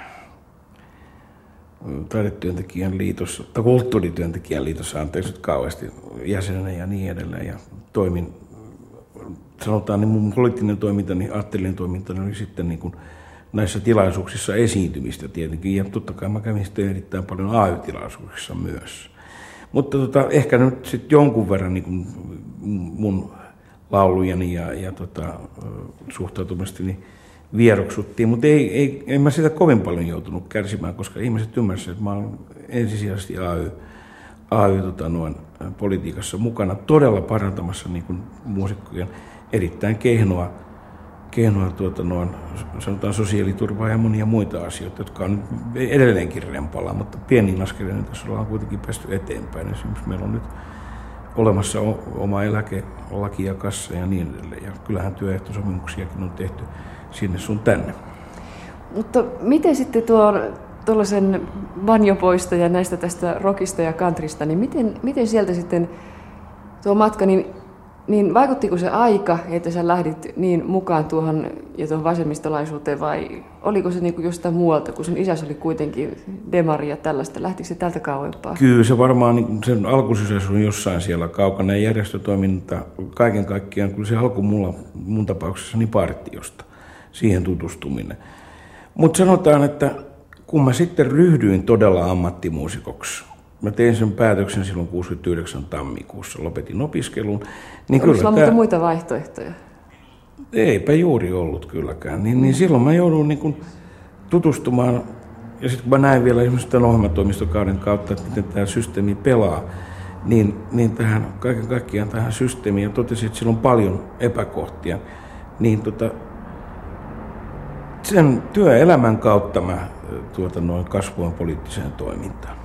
taidetyöntekijän liitossa, tai kulttuurityöntekijän liitossa, anteeksi nyt kauheasti, jäsenenä ja niin edelleen, ja toimin, sanotaan, niin mun poliittinen toiminta, niin aatteellinen toiminta oli sitten niin kuin näissä tilaisuuksissa esiintymistä tietenkin, ja totta kai mä kävin sitten erittäin paljon A Y-tilaisuuksissa myös. Mutta tota, ehkä nyt sitten jonkun verran niin kuin mun laulujani ja, ja tota, suhtautumistani vieroksuttiin, mutta ei, ei, en mä sitä kovin paljon joutunut kärsimään, koska ihmiset ymmärsivät, että mä olen ensisijaisesti A Y, A Y tota, noin, politiikassa mukana, todella parantamassa niin kuin muusikkojen erittäin kehnoa, kehnoa tuota, noin, sanotaan sosiaaliturvaa ja monia muita asioita, jotka on edelleenkin rempalla, mutta pieniin askelein tässä ollaan kuitenkin päästy eteenpäin. Esimerkiksi meillä on nyt olemassa oma eläkelaki ja kassa ja niin edelleen, ja kyllähän työehtosopimuksiakin on tehty sinne sun tänne. Mutta miten sitten tuon tuollaisen banjopoista ja näistä tästä rockista ja countrysta, niin miten, miten sieltä sitten tuo matka, niin, niin vaikuttiko se aika, että sä lähdit niin mukaan tuohon ja tuohon vasemmistolaisuuteen, vai oliko se niin kuin jostain muualta, kun sun isäsi oli kuitenkin demari ja tällaista, lähtikö se tältä kauempaa? Kyllä se varmaan, niin sen alkusysäys on jossain siellä kaukana, ja järjestötoiminta kaiken kaikkiaan, kyllä se alkoi mulla, mun tapauksessani partiosta, siihen tutustuminen. Mutta sanotaan, että kun mä sitten ryhdyin todella ammattimuusikoksi, mä tein sen päätöksen silloin kuusikymmentäyhdeksän tammikuussa, lopetin opiskelun. Niin Onko sulla tämä... muita vaihtoehtoja? Eipä juuri ollut kylläkään. Niin, niin silloin mä joudun niin kun tutustumaan. Ja sitten kun mä näin vielä esimerkiksi tämän ohjelmatoimistokauden kautta, että miten tämä systeemi pelaa, niin, niin tähän, kaiken kaikkiaan tähän systeemiin, ja totesin, että sillä on paljon epäkohtia, niin tota, sen työelämän kautta mä tuota, noin kasvuan poliittiseen toimintaan.